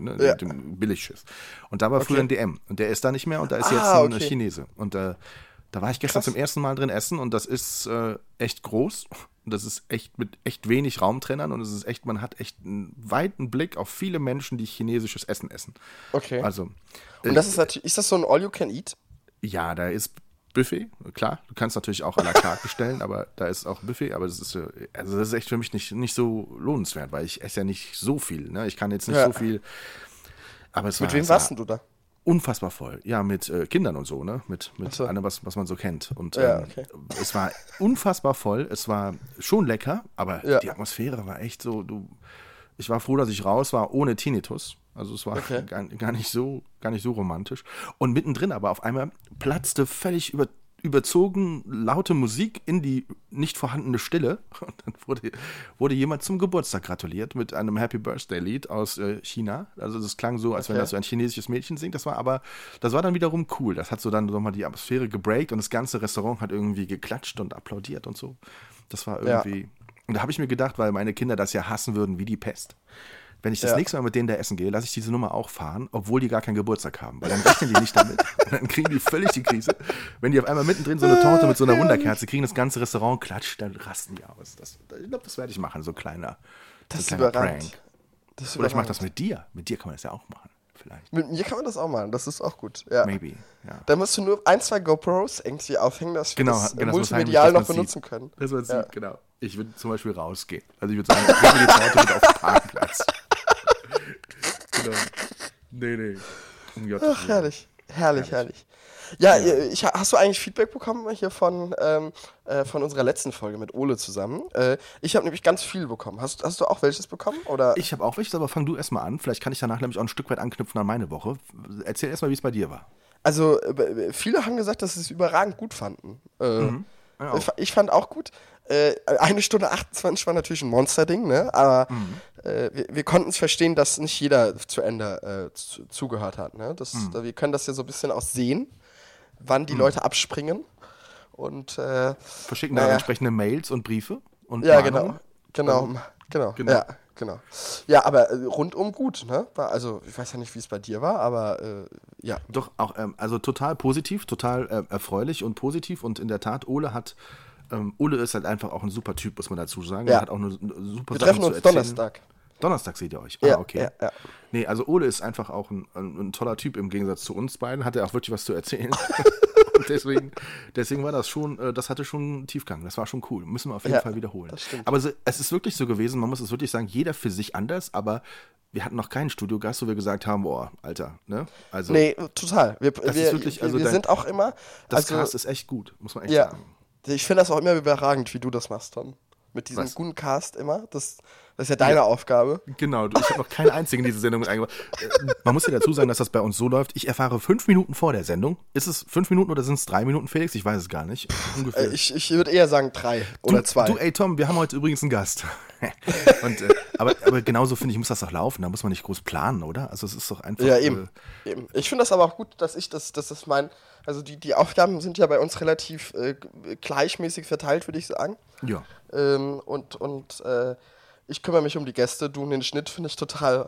dem Billigschiss. Und da war früher ein DM und der ist da nicht mehr und da ist jetzt ein Chinese. Und da war ich gestern zum ersten Mal drin essen und das ist echt groß. Und das ist echt mit echt wenig Raumtrennern und es ist echt, man hat echt einen weiten Blick auf viele Menschen, die chinesisches Essen essen. Okay. Also. Und das ist natürlich, ist das so ein All-You-Can-Eat? Ja, da ist Buffet, klar. Du kannst natürlich auch à la carte bestellen, aber da ist auch Buffet. Aber das ist echt für mich nicht so lohnenswert, weil ich esse ja nicht so viel. Ne? Ich kann jetzt nicht so viel. Aber Mit wem warst du da? Unfassbar voll. Ja, mit Kindern und so, ne? Mit so. allem, was man so kennt. Und Okay. es war unfassbar voll. Es war schon lecker, aber die Atmosphäre war echt so. Ich war froh, dass ich raus war ohne Tinnitus. Also es war gar nicht so romantisch. Und mittendrin aber auf einmal platzte völlig überzogen laute Musik in die nicht vorhandene Stille. Und dann wurde jemand zum Geburtstag gratuliert mit einem Happy Birthday Lied aus China. Also das klang so, als wenn das so ein chinesisches Mädchen singt. Das war dann wiederum cool. Das hat so dann nochmal die Atmosphäre gebreakt und das ganze Restaurant hat irgendwie geklatscht und applaudiert und so. Das war irgendwie. Und da habe ich mir gedacht, weil meine Kinder das ja hassen würden wie die Pest. Wenn ich das nächste Mal mit denen da essen gehe, lasse ich diese Nummer auch fahren, obwohl die gar keinen Geburtstag haben. Weil dann rechnen die nicht damit. Und dann kriegen die völlig die Krise. Wenn die auf einmal mittendrin so eine Torte mit so einer Wunderkerze kriegen, das ganze Restaurant klatscht, dann rasten die aus. Ich glaube, das werde ich machen, so ein kleiner Prank. Oder ich mache das mit dir. Mit dir kann man das ja auch machen. Vielleicht. Mit mir kann man das auch machen, das ist auch gut. Ja. Maybe, ja. Da musst du nur 1, 2 GoPros irgendwie aufhängen, dass wir das das multimedial muss noch benutzen können. Das man sieht, genau. Ich würde zum Beispiel rausgehen. Also ich würde sagen, bring mir die Torte mit auf den Parkplatz. Genau. Nee. Ach, herrlich. Ja, hast du eigentlich Feedback bekommen hier von unserer letzten Folge mit Ole zusammen? Ich habe nämlich ganz viel bekommen. Hast du auch welches bekommen? Oder? Ich habe auch welches, aber fang du erstmal an. Vielleicht kann ich danach nämlich auch ein Stück weit anknüpfen an meine Woche. Erzähl erstmal, wie es bei dir war. Also, viele haben gesagt, dass sie es überragend gut fanden. Ich fand auch gut. 1 Stunde 28 war natürlich ein Monster-Ding, ne? Aber wir konnten es verstehen, dass nicht jeder zu Ende zugehört hat. Ne? Wir können das ja so ein bisschen auch sehen, wann die Leute abspringen. Und verschicken da entsprechende Mails und Briefe und ja, Mahnungen. genau. Ja, genau. Ja, aber rundum gut, ne? Also, ich weiß ja nicht, wie es bei dir war, aber ja. Doch, auch, also total positiv, total erfreulich und positiv. Und in der Tat, Ole ist halt einfach auch ein super Typ, muss man dazu sagen. Ja. Er hat auch eine super Wir Sachen treffen zu uns erzählen. Donnerstag. Donnerstag seht ihr euch. Ja, Okay. Ja. Nee, also Ole ist einfach auch ein toller Typ im Gegensatz zu uns beiden. Hat er auch wirklich was zu erzählen. Und deswegen war das schon, das hatte schon Tiefgang. Das war schon cool. Müssen wir auf jeden Fall wiederholen. Das stimmt. Aber es ist wirklich so gewesen, man muss es wirklich sagen, jeder für sich anders, aber wir hatten noch keinen Studiogast, wo wir gesagt haben, boah, Alter, ne? Also, Nee, total. Wir sind auch immer. Das Cast ist echt gut, muss man echt Ja. sagen. Ich finde das auch immer überragend, wie du das machst, Tom. Mit diesem guten Cast immer. Das ist ja deine Aufgabe. Genau, ich habe noch keinen einzigen in diese Sendung mit eingebaut. Man muss ja dazu sagen, dass das bei uns so läuft. Ich erfahre 5 Minuten vor der Sendung. Ist es 5 Minuten oder sind es 3 Minuten, Felix? Ich weiß es gar nicht. Ungefähr. Ich würde eher sagen 3 oder 2. Du, ey Tom, wir haben heute übrigens einen Gast. Aber genauso finde ich, muss das doch laufen. Da muss man nicht groß planen, oder? Also es ist doch einfach... Ja, eben. Ich finde das aber auch gut, dass also die Aufgaben sind ja bei uns relativ gleichmäßig verteilt, würde ich sagen. Ja. Ich kümmere mich um die Gäste, du den Schnitt finde ich total.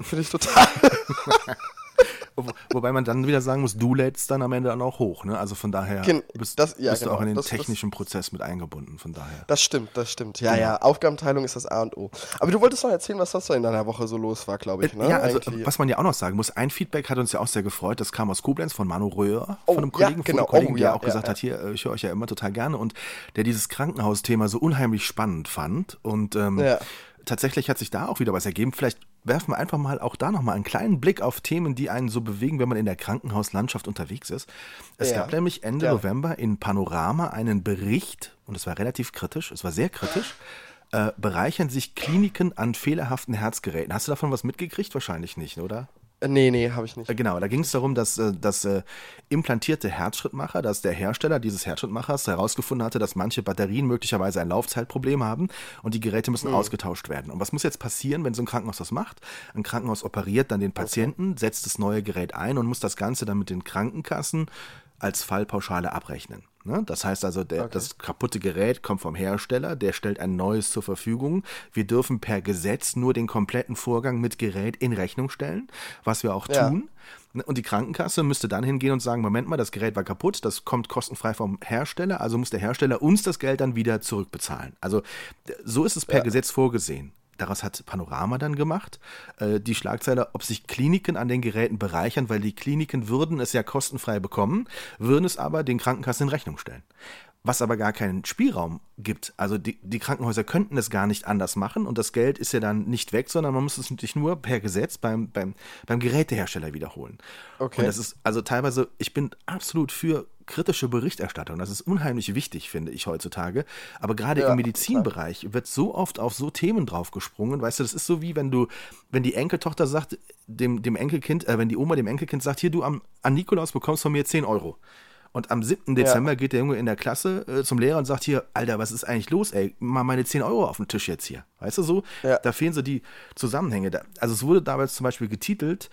Wobei man dann wieder sagen muss, du lädst dann am Ende dann auch hoch, ne? Also von daher bist du auch in den technischen Prozess mit eingebunden, von daher. Das stimmt. Ja, ja, Aufgabenteilung ist das A und O. Aber du wolltest noch erzählen, was sonst in deiner Woche so los war, glaube ich, ne? Ja, also was man ja auch noch sagen muss, ein Feedback hat uns ja auch sehr gefreut, das kam aus Koblenz von Manu Röhr, von einem Kollegen, der auch gesagt hat, hier, ich höre euch ja immer total gerne und der dieses Krankenhausthema so unheimlich spannend fand und tatsächlich hat sich da auch wieder was ergeben. Vielleicht werfen wir einfach mal auch da nochmal einen kleinen Blick auf Themen, die einen so bewegen, wenn man in der Krankenhauslandschaft unterwegs ist. Es gab nämlich Ende November in Panorama einen Bericht, und es war relativ kritisch, es war sehr kritisch, bereichern sich Kliniken an fehlerhaften Herzgeräten. Hast du davon was mitgekriegt? Wahrscheinlich nicht, oder? Nee, habe ich nicht. Genau, da ging es darum, dass implantierte Herzschrittmacher, dass der Hersteller dieses Herzschrittmachers herausgefunden hatte, dass manche Batterien möglicherweise ein Laufzeitproblem haben und die Geräte müssen ausgetauscht werden. Und was muss jetzt passieren, wenn so ein Krankenhaus das macht? Ein Krankenhaus operiert dann den Patienten, setzt das neue Gerät ein und muss das Ganze dann mit den Krankenkassen als Fallpauschale abrechnen. Ne? Das heißt also, das kaputte Gerät kommt vom Hersteller, der stellt ein neues zur Verfügung. Wir dürfen per Gesetz nur den kompletten Vorgang mit Gerät in Rechnung stellen, was wir auch tun. Und die Krankenkasse müsste dann hingehen und sagen, Moment mal, das Gerät war kaputt, das kommt kostenfrei vom Hersteller, also muss der Hersteller uns das Geld dann wieder zurückbezahlen. Also so ist es per Gesetz vorgesehen. Daraus hat Panorama dann gemacht, die Schlagzeile, ob sich Kliniken an den Geräten bereichern, weil die Kliniken würden es ja kostenfrei bekommen, würden es aber den Krankenkassen in Rechnung stellen. Was aber gar keinen Spielraum gibt. Also die Krankenhäuser könnten es gar nicht anders machen und das Geld ist ja dann nicht weg, sondern man muss es natürlich nur per Gesetz beim Gerätehersteller wiederholen. Okay. Und das ist also teilweise, ich bin absolut für kritische Berichterstattung. Das ist unheimlich wichtig, finde ich heutzutage. Aber gerade im Medizinbereich wird so oft auf so Themen draufgesprungen. Weißt du, das ist so wie wenn die Enkeltochter sagt, dem Enkelkind, wenn die Oma dem Enkelkind sagt, hier du an Nikolaus bekommst von mir 10 Euro. Und am 7. Dezember geht der Junge in der Klasse zum Lehrer und sagt hier, Alter, was ist eigentlich los, ey? Mal meine 10 Euro auf den Tisch jetzt hier. Weißt du so? Ja. Da fehlen so die Zusammenhänge. Also es wurde damals zum Beispiel getitelt,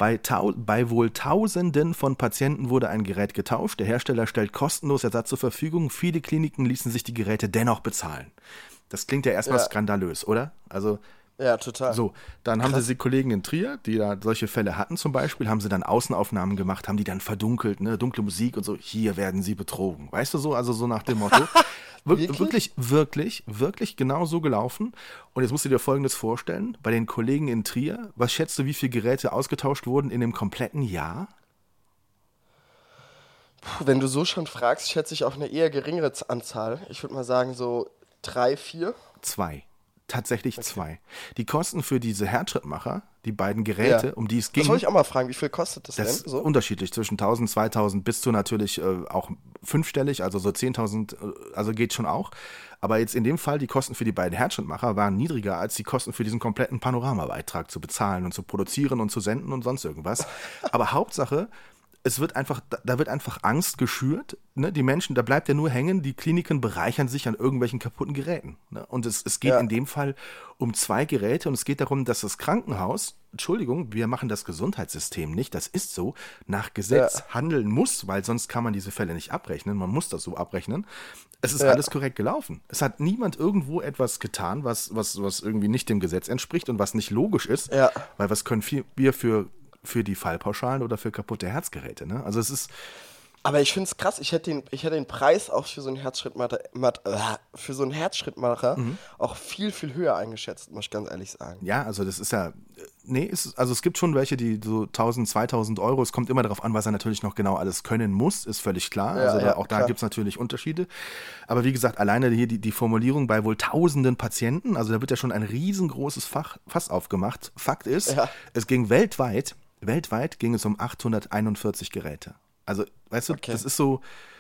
bei wohl Tausenden von Patienten wurde ein Gerät getauscht. Der Hersteller stellt kostenlos Ersatz zur Verfügung. Viele Kliniken ließen sich die Geräte dennoch bezahlen. Das klingt ja erstmal skandalös, oder? Also ja, total. So, dann haben sie Kollegen in Trier, die da solche Fälle hatten zum Beispiel, haben sie dann Außenaufnahmen gemacht, haben die dann verdunkelt, ne, dunkle Musik und so, hier werden sie betrogen. Weißt du so, also so nach dem Motto. Wirklich genau so gelaufen. Und jetzt musst du dir Folgendes vorstellen, bei den Kollegen in Trier, was schätzt du, wie viele Geräte ausgetauscht wurden in dem kompletten Jahr? Wenn du so schon fragst, schätze ich auf eine eher geringere Anzahl. Ich würde mal sagen so 3, 4. 2. Tatsächlich 2. Die Kosten für diese Herzschrittmacher, die beiden Geräte, um die es ging. Das wollte ich auch mal fragen, wie viel kostet das denn? Das ist unterschiedlich, zwischen 1.000, 2.000 bis zu natürlich auch 5-stellig, also so 10.000, also geht schon auch. Aber jetzt in dem Fall, die Kosten für die beiden Herzschrittmacher waren niedriger als die Kosten für diesen kompletten Panoramabeitrag zu bezahlen und zu produzieren und zu senden und sonst irgendwas. Aber Hauptsache, da wird einfach Angst geschürt, ne? Die Menschen, da bleibt ja nur hängen, die Kliniken bereichern sich an irgendwelchen kaputten Geräten. Ne? Und es geht in dem Fall um 2 Geräte und es geht darum, dass das Krankenhaus, Entschuldigung, wir machen das Gesundheitssystem nicht, das ist so, nach Gesetz handeln muss, weil sonst kann man diese Fälle nicht abrechnen, man muss das so abrechnen. Es ist alles korrekt gelaufen. Es hat niemand irgendwo etwas getan, was irgendwie nicht dem Gesetz entspricht und was nicht logisch ist, weil was können wir für die Fallpauschalen oder für kaputte Herzgeräte, ne? Also es ist... Aber ich finde es krass, ich hätte den Preis auch für so einen Herzschrittmacher, auch viel, viel höher eingeschätzt, muss ich ganz ehrlich sagen. Ja, also das ist ja... also es gibt schon welche, die so 1.000, 2.000 Euro, es kommt immer darauf an, was er natürlich noch genau alles können muss, ist völlig klar. Also da gibt es natürlich Unterschiede. Aber wie gesagt, alleine hier die Formulierung bei wohl tausenden Patienten, also da wird ja schon ein riesengroßes Fass aufgemacht. Fakt ist, es ging weltweit ging es um 841 Geräte. Also, weißt du, das ist so,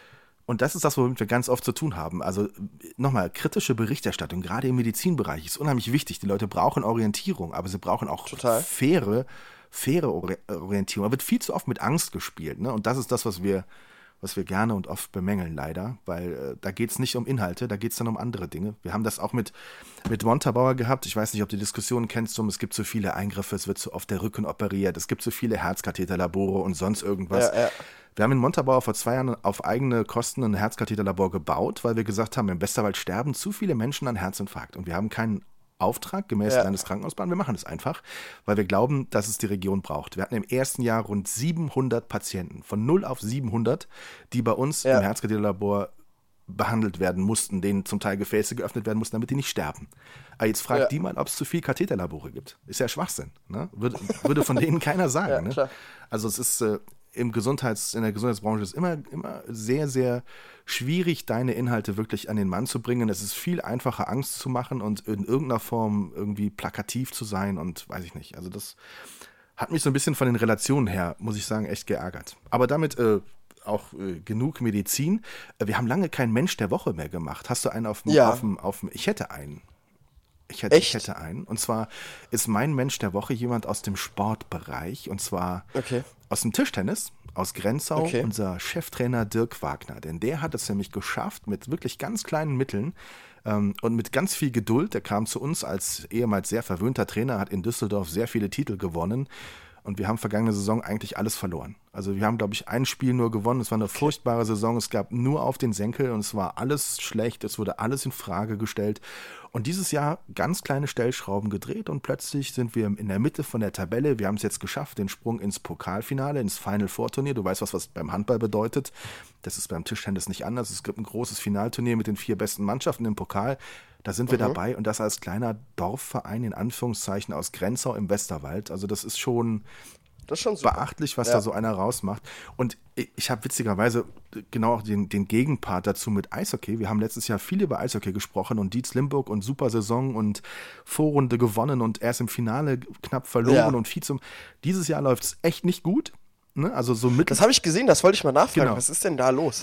Und das ist das, womit wir ganz oft zu tun haben. Also nochmal, kritische Berichterstattung, gerade im Medizinbereich, ist unheimlich wichtig. Die Leute brauchen Orientierung, aber sie brauchen auch faire Orientierung. Da wird viel zu oft mit Angst gespielt. Ne? Und das ist das, was wir gerne und oft bemängeln, leider. Weil da geht es nicht um Inhalte, da geht es dann um andere Dinge. Wir haben das auch mit Montabaur gehabt. Ich weiß nicht, ob du die Diskussion kennst, es gibt so viele Eingriffe, es wird so oft der Rücken operiert, es gibt so viele Herzkatheterlabore und sonst irgendwas. Ja. Wir haben in Montabaur vor 2 Jahren auf eigene Kosten ein Herzkatheterlabor gebaut, weil wir gesagt haben, im Westerwald sterben zu viele Menschen an Herzinfarkt. Und wir haben keinen Auftrag gemäß Landeskrankenhausplan. Wir machen das einfach, weil wir glauben, dass es die Region braucht. Wir hatten im ersten Jahr rund 700 Patienten, von 0 auf 700, die bei uns im Herzkatheterlabor behandelt werden mussten, denen zum Teil Gefäße geöffnet werden mussten, damit die nicht sterben. Aber jetzt fragt die mal, ob es zu viel Katheterlabore gibt. Ist ja Schwachsinn. Ne? Würde von denen keiner sagen. Ne? Also es ist in der Gesundheitsbranche ist immer sehr, sehr schwierig, deine Inhalte wirklich an den Mann zu bringen. Es ist viel einfacher, Angst zu machen und in irgendeiner Form irgendwie plakativ zu sein und weiß ich nicht. Also das hat mich so ein bisschen von den Relationen her, muss ich sagen, echt geärgert. Aber damit auch genug Medizin. Wir haben lange keinen Mensch der Woche mehr gemacht. Hast du einen auf dem ich hätte einen. Ich hätte einen. Und zwar ist mein Mensch der Woche jemand aus dem Sportbereich. Und zwar aus dem Tischtennis, aus Grenzau, unser Cheftrainer Dirk Wagner. Denn der hat es nämlich geschafft, mit wirklich ganz kleinen Mitteln und mit ganz viel Geduld. Der kam zu uns als ehemals sehr verwöhnter Trainer, hat in Düsseldorf sehr viele Titel gewonnen. Und wir haben vergangene Saison eigentlich alles verloren. Also wir haben, glaube ich, ein Spiel nur gewonnen. Es war eine furchtbare Saison. Es gab nur auf den Senkel und es war alles schlecht. Es wurde alles in Frage gestellt. Und dieses Jahr ganz kleine Stellschrauben gedreht und plötzlich sind wir in der Mitte von der Tabelle. Wir haben es jetzt geschafft, den Sprung ins Pokalfinale, ins Final Four Turnier. Du weißt, was beim Handball bedeutet. Das ist beim Tischtennis nicht anders. Es gibt ein großes Finalturnier mit den 4 besten Mannschaften im Pokal. Da sind wir dabei und das als kleiner Dorfverein in Anführungszeichen aus Grenzau im Westerwald. Also das ist schon beachtlich, was da so einer rausmacht. Und ich habe witzigerweise genau auch den Gegenpart dazu mit Eishockey. Wir haben letztes Jahr viel über Eishockey gesprochen und Dietz Limburg und super Saison und Vorrunde gewonnen und erst im Finale knapp verloren und Dieses Jahr läuft es echt nicht gut. Ne? Also so das habe ich gesehen, das wollte ich mal nachfragen. Genau. Was ist denn da los?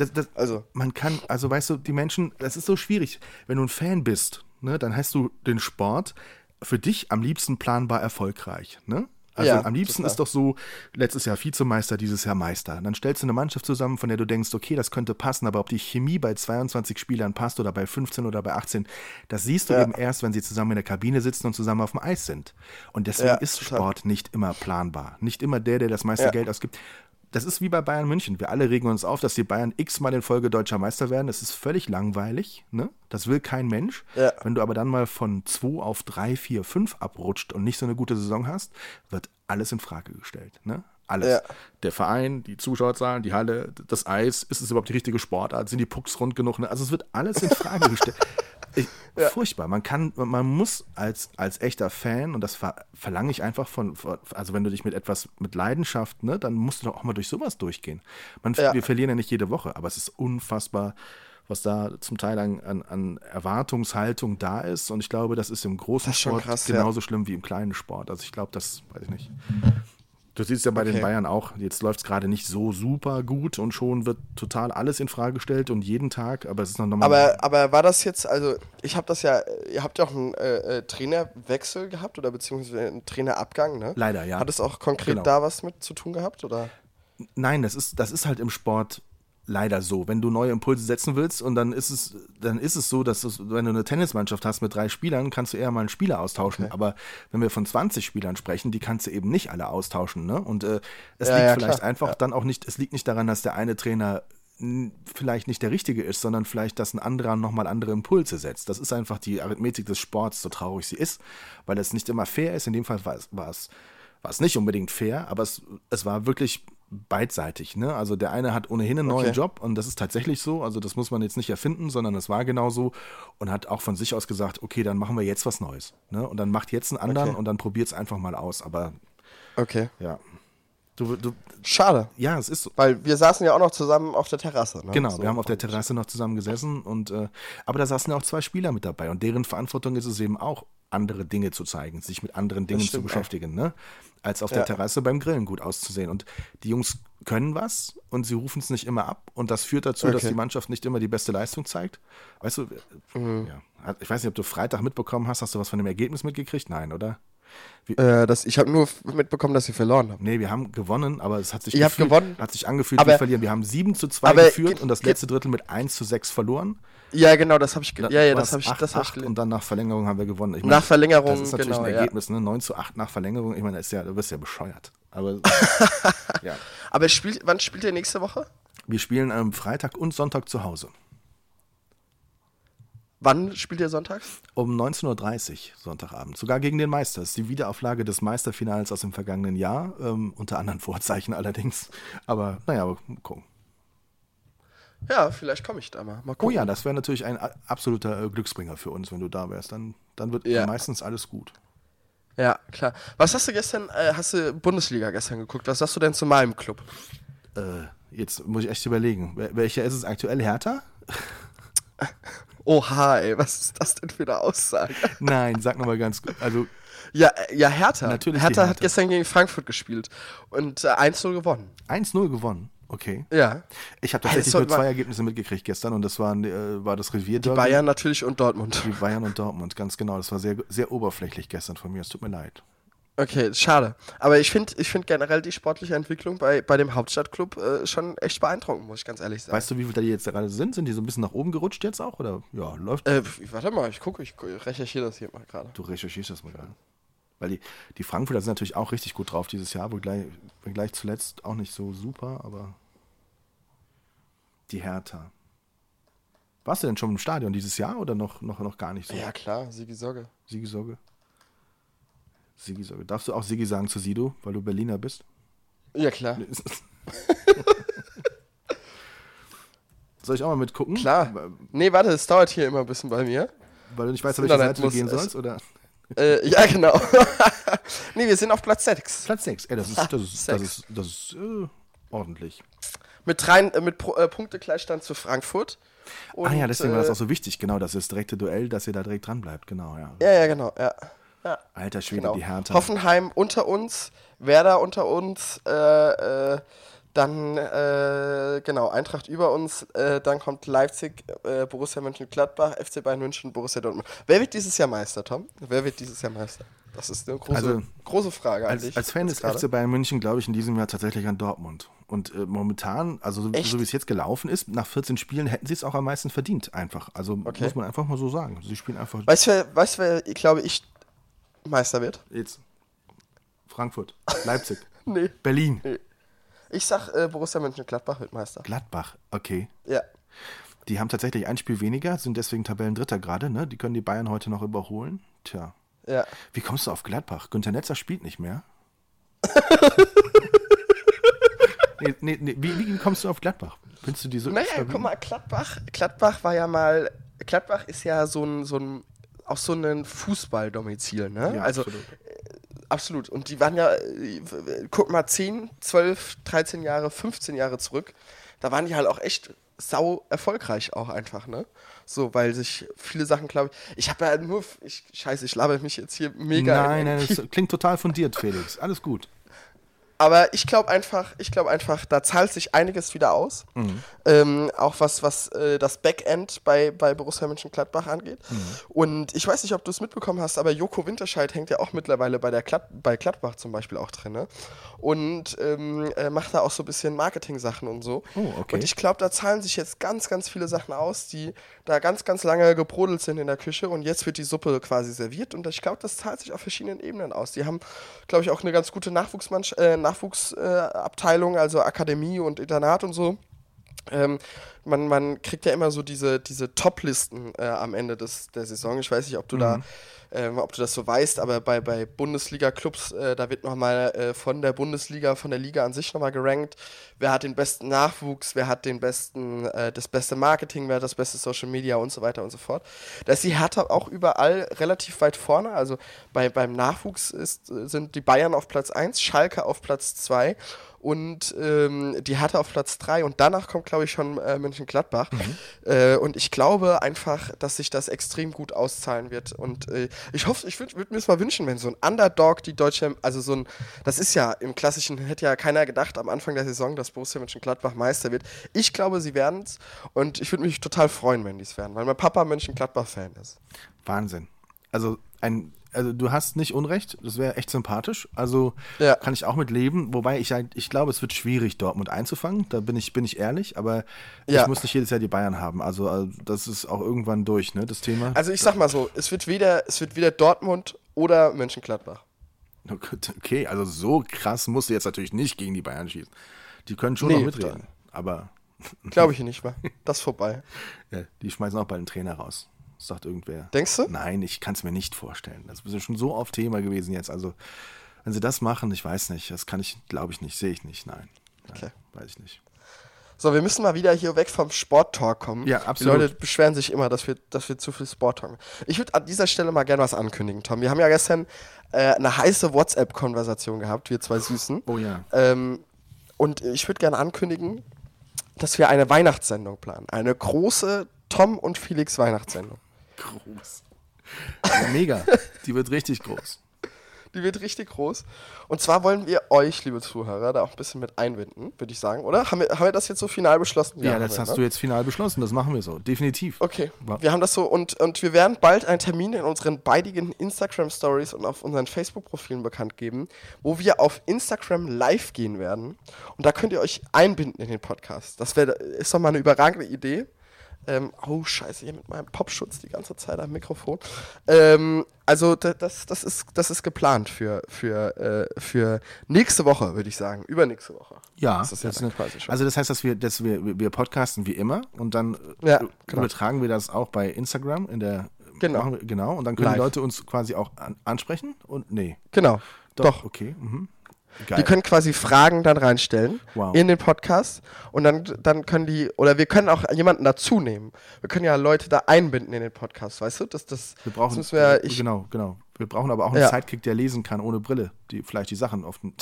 Weißt du, die Menschen, das ist so schwierig. Wenn du ein Fan bist, ne, dann hast du den Sport für dich am liebsten planbar erfolgreich. Ne? Also am liebsten ist doch so, letztes Jahr Vizemeister, dieses Jahr Meister. Und dann stellst du eine Mannschaft zusammen, von der du denkst, okay, das könnte passen, aber ob die Chemie bei 22 Spielern passt oder bei 15 oder bei 18, das siehst du eben erst, wenn sie zusammen in der Kabine sitzen und zusammen auf dem Eis sind. Und deswegen ist Sport nicht immer planbar. Nicht immer der das meiste Geld ausgibt. Das ist wie bei Bayern München. Wir alle regen uns auf, dass die Bayern x-mal in Folge deutscher Meister werden. Das ist völlig langweilig. Ne? Das will kein Mensch. Ja. Wenn du aber dann mal von 2 auf 3, 4, 5 abrutscht und nicht so eine gute Saison hast, wird alles in Frage gestellt. Ne? Alles. Ja. Der Verein, die Zuschauerzahlen, die Halle, das Eis, ist es überhaupt die richtige Sportart? Sind die Pucks rund genug? Ne? Also es wird alles in Frage gestellt. Furchtbar. Man muss als echter Fan, und das verlange ich einfach also wenn du dich mit Leidenschaft, ne, dann musst du doch auch mal durch sowas durchgehen. Wir verlieren ja nicht jede Woche, aber es ist unfassbar, was da zum Teil an Erwartungshaltung da ist. Und ich glaube, das ist im großen Sport genauso schlimm wie im kleinen Sport. Also ich glaube, das weiß ich nicht. Du siehst ja bei den Bayern auch, jetzt läuft es gerade nicht so super gut und schon wird total alles in Frage gestellt und jeden Tag, aber es ist noch normal. Aber war das jetzt, also ihr habt ja auch einen Trainerwechsel gehabt oder beziehungsweise einen Trainerabgang, ne? Leider, ja. Hat es auch konkret da was mit zu tun gehabt, oder? Nein, das ist halt im Sport leider so. Wenn du neue Impulse setzen willst und dann ist es so, dass wenn du eine Tennismannschaft hast mit 3 Spielern, kannst du eher mal einen Spieler austauschen. Okay. Aber wenn wir von 20 Spielern sprechen, die kannst du eben nicht alle austauschen. Ne? Und es liegt vielleicht einfach dann auch nicht, es liegt nicht daran, dass der eine Trainer vielleicht nicht der richtige ist, sondern vielleicht, dass ein anderer nochmal andere Impulse setzt. Das ist einfach die Arithmetik des Sports, so traurig sie ist, weil es nicht immer fair ist. In dem Fall war es nicht unbedingt fair, aber es war wirklich beidseitig, ne? Also der eine hat ohnehin einen neuen Job und das ist tatsächlich so, also das muss man jetzt nicht erfinden, sondern das war genau so und hat auch von sich aus gesagt, okay, dann machen wir jetzt was Neues, ne? Und dann macht jetzt einen anderen und dann probiert es einfach mal aus, aber ja. Schade. Ja, es ist so. Weil wir saßen ja auch noch zusammen auf der Terrasse. Ne? Genau, wir haben auf der Terrasse noch zusammen gesessen aber da saßen ja auch 2 Spieler mit dabei und deren Verantwortung ist es eben auch, andere Dinge zu zeigen, sich mit anderen Dingen zu beschäftigen, ne? Als auf der Ja. Terrasse beim Grillen gut auszusehen. Und die Jungs können was und sie rufen es nicht immer ab. Und das führt dazu, dass Okay. die Mannschaft nicht immer die beste Leistung zeigt. Weißt du, ja. Ich weiß nicht, ob du Freitag mitbekommen hast. Hast du was von dem Ergebnis mitgekriegt? Nein, oder? Ich habe nur mitbekommen, dass sie verloren haben. Nee, wir haben gewonnen, aber es hat sich, Ihr habt gewonnen? hat sich angefühlt Aber- wie verlieren. Wir haben 7:2 aber geführt ge- und das ge- letzte Drittel mit 1:6 verloren. Ja, genau, das habe ich, Dann das war's habe ich, 8:8 gelesen. und dann nach Verlängerung haben wir gewonnen. Ich meine, Nach Verlängerung, das ist natürlich genau, ein ja. Ergebnis, ne? 9:8 nach Verlängerung. Ich meine, du bist ja bescheuert. Aber ja. Aber wann spielt ihr nächste Woche? Wir spielen am Freitag und Sonntag zu Hause. Wann spielt ihr sonntags? Um 19:30 Uhr Sonntagabend. Sogar gegen den Meister. Das ist die Wiederauflage des Meisterfinals aus dem vergangenen Jahr. Unter anderen Vorzeichen allerdings. Aber naja, mal gucken. Ja, vielleicht komme ich da mal. Mal Oh gucken. ja, das wäre natürlich ein absoluter Glücksbringer für uns, wenn du da wärst. Dann wird Ja. meistens alles gut. Ja, klar. Was hast du gestern, hast du Bundesliga gestern geguckt? Was sagst du denn zu meinem Club? Jetzt muss ich echt überlegen. Welcher ist es aktuell? Hertha? Oha, ey, was ist das denn für eine Aussage? Nein, sag nochmal ganz gut. Also, Ja, Hertha. Natürlich die Hertha hat Hertha. gestern gegen Frankfurt gespielt und 1-0 gewonnen. 1:0 gewonnen. Okay. Ja. Ich habe Hey, tatsächlich das nur soll- 2 Ergebnisse mitgekriegt gestern und das war das Revierderby. Bayern natürlich und Dortmund. Die Bayern und Dortmund, ganz genau. Das war sehr, sehr oberflächlich gestern von mir. Es tut mir leid. Okay, schade. Aber ich find generell die sportliche Entwicklung bei dem Hauptstadtclub schon echt beeindruckend, muss ich ganz ehrlich sagen. Weißt du, wie viele da die jetzt gerade sind? Sind die so ein bisschen nach oben gerutscht jetzt auch? Oder ja, läuft? Warte mal, ich recherchiere das hier mal gerade. Du recherchierst das mal gerade. Weil die Frankfurter sind natürlich auch richtig gut drauf dieses Jahr, gleich zuletzt auch nicht so super, aber die Hertha. Warst du denn schon im Stadion dieses Jahr oder noch gar nicht so? Ja, klar, Sigi Sogge. Sigi-Sogge. Sigi-Sogge. Darfst du auch Sigi sagen zu Sido, weil du Berliner bist? Ja, klar. Soll ich auch mal mitgucken? Klar. Nee, warte, es dauert hier immer ein bisschen bei mir. Weil du nicht weißt, Das auf welche Internet Seite du muss gehen es- sollst, oder? Ja, genau. Nee, wir sind auf Platz 6. Platz 6. Ey, das ist ordentlich. Mit Punktegleichstand zu Frankfurt. Und, Ja, deswegen war das auch so wichtig, genau, dass das direkte Duell, dass ihr da direkt dran bleibt, genau, ja. Ja, genau, ja. Alter Schwede, Genau. die Hertha. Hoffenheim unter uns, Werder unter uns, dann, genau, Eintracht über uns, dann kommt Leipzig, Borussia Mönchengladbach, FC Bayern München, Borussia Dortmund. Wer wird dieses Jahr Meister, Tom? Wer wird dieses Jahr Meister? Das ist eine große Frage an dich. Als Fan des jetzt FC Bayern München glaube ich in diesem Jahr tatsächlich an Dortmund. Und momentan, also so Echt? wie es jetzt gelaufen ist, nach 14 Spielen hätten sie es auch am meisten verdient, einfach. Also Okay. muss man einfach mal so sagen. Sie spielen einfach Weißt du, wer, glaube ich, Meister wird? jetzt Frankfurt, Leipzig, Nee. Berlin, Ich sag, Borussia Mönchengladbach wird Meister. Gladbach, okay. Ja. Die haben tatsächlich ein Spiel weniger, sind deswegen Tabellendritter gerade, ne? Die können die Bayern heute noch überholen. Tja. Ja. Wie kommst du auf Gladbach? Günther Netzer spielt nicht mehr. nee, wie kommst du auf Gladbach? Findest du die so Naja, stabil? guck mal, Gladbach war ja mal, Gladbach ist ja so ein Fußballdomizil, ne? Ja, also absolut. absolut. Und die waren ja, guck mal, 10, 12, 13 Jahre, 15 Jahre zurück, da waren die halt auch echt sau erfolgreich auch einfach, ne? So, weil sich viele Sachen, glaube ich habe ja nur, ich laber mich jetzt hier mega. Nein, das klingt total fundiert, Felix. Alles gut. Aber ich glaube einfach, da zahlt sich einiges wieder aus. Auch was das Backend bei Borussia Mönchengladbach angeht. Und ich weiß nicht, ob du es mitbekommen hast, aber Joko Winterscheid hängt ja auch mittlerweile bei Gladbach zum Beispiel auch drin. Ne? Und macht da auch so ein bisschen Marketing-Sachen und so. Oh, okay. Und ich glaube, da zahlen sich jetzt ganz, ganz viele Sachen aus, die da ganz, ganz lange gebrodelt sind in der Küche. Und jetzt wird die Suppe quasi serviert. Und ich glaube, das zahlt sich auf verschiedenen Ebenen aus. Die haben, glaube ich, auch eine ganz gute Nachwuchsabteilung, also Akademie und Internat und so. Man kriegt ja immer so diese Top-Listen am Ende der Saison. Ich weiß nicht, ob du ob du das so weißt, aber bei Bundesliga-Clubs, da wird nochmal von der Bundesliga, von der Liga an sich nochmal gerankt. Wer hat den besten Nachwuchs, wer hat das beste Marketing, wer hat das beste Social Media und so weiter und so fort. Da ist die Hertha auch überall relativ weit vorne. Also beim Nachwuchs sind die Bayern auf Platz 1, Schalke auf Platz 2 und die Hertha auf Platz 3 und danach kommt, glaube ich, schon Mönchengladbach. Und ich glaube einfach, dass sich das extrem gut auszahlen wird. Und ich hoffe, ich würde mir es mal wünschen, wenn so ein Underdog die deutsche, also so ein, das ist ja im Klassischen, hätte ja keiner gedacht am Anfang der Saison, dass Borussia Mönchengladbach Meister wird. Ich glaube, sie werden es und ich würde mich total freuen, wenn die es werden, weil mein Papa Mönchengladbach-Fan ist. Wahnsinn. Also du hast nicht Unrecht, das wäre echt sympathisch. Also Ja. kann ich auch mit leben, wobei ich glaube, es wird schwierig, Dortmund einzufangen. Da bin ich ehrlich, aber Ja. ich muss nicht jedes Jahr die Bayern haben. Also das ist auch irgendwann durch, ne, das Thema. Also ich sag mal so, es wird weder Dortmund oder Mönchengladbach. Okay, also so krass musst du jetzt natürlich nicht gegen die Bayern schießen. Die können schon Nee, noch mitreden, aber Glaube ich nicht mal. Das ist vorbei. ja, die schmeißen auch bald einen Trainer raus. Das sagt irgendwer. Denkst du? Nein, ich kann es mir nicht vorstellen. Das ist ja schon so oft Thema gewesen jetzt. Also, wenn sie das machen, ich weiß nicht. Das kann ich, glaube ich nicht. Sehe ich nicht. Nein. Okay. Weiß ich nicht. So, wir müssen mal wieder hier weg vom Sport-Talk kommen. Ja, absolut. Die Leute beschweren sich immer, dass wir zu viel Sport-Talk machen. Ich würde an dieser Stelle mal gerne was ankündigen, Tom. Wir haben ja gestern eine heiße WhatsApp-Konversation gehabt, wir zwei Süßen. Oh ja. Und ich würde gerne ankündigen, dass wir eine Weihnachtssendung planen. Eine große Tom und Felix Weihnachtssendung. Groß. Ja, mega. Die wird richtig groß. Die wird richtig groß. Und zwar wollen wir euch, liebe Zuhörer, da auch ein bisschen mit einbinden, würde ich sagen, oder? Haben wir das jetzt so final beschlossen? Ja, das hast du jetzt final beschlossen. Das machen wir so. Definitiv. Okay, Wa- wir haben das so und wir werden bald einen Termin in unseren beiden Instagram-Stories und auf unseren Facebook-Profilen bekannt geben, wo wir auf Instagram live gehen werden. Und da könnt ihr euch einbinden in den Podcast. Ist doch mal eine überragende Idee. Oh, scheiße, hier mit meinem Popschutz die ganze Zeit am Mikrofon. Also das ist geplant für nächste Woche, würde ich sagen. Übernächste Woche. Ja, Das ist ja dann quasi schon. also das heißt, dass wir podcasten wie immer und dann Ja, genau. übertragen wir das auch bei Instagram Genau. Genau, und dann können Live. die Leute uns quasi auch ansprechen und nee. Genau. Doch. Okay. Mhm. Geil. Die können quasi Fragen dann reinstellen Wow. in den Podcast und dann können die, oder wir können auch jemanden dazu nehmen. Wir können ja Leute da einbinden in den Podcast, weißt du? Das wir brauchen müssen wir, genau. Wir brauchen aber auch einen Ja. Sidekick, der lesen kann ohne Brille, die vielleicht die Sachen auf den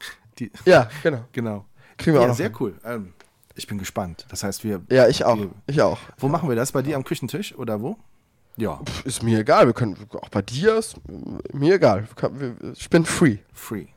ja, genau. genau. Kriegen wir auch Ja, noch sehr hin. cool. Ich bin gespannt. Das heißt, Ja, ich auch. Wir, Ich auch. wo machen wir das? Bei dir am Küchentisch oder wo? Ja, Ist mir egal. Wir können auch bei dir ist mir egal. Ich bin free. free.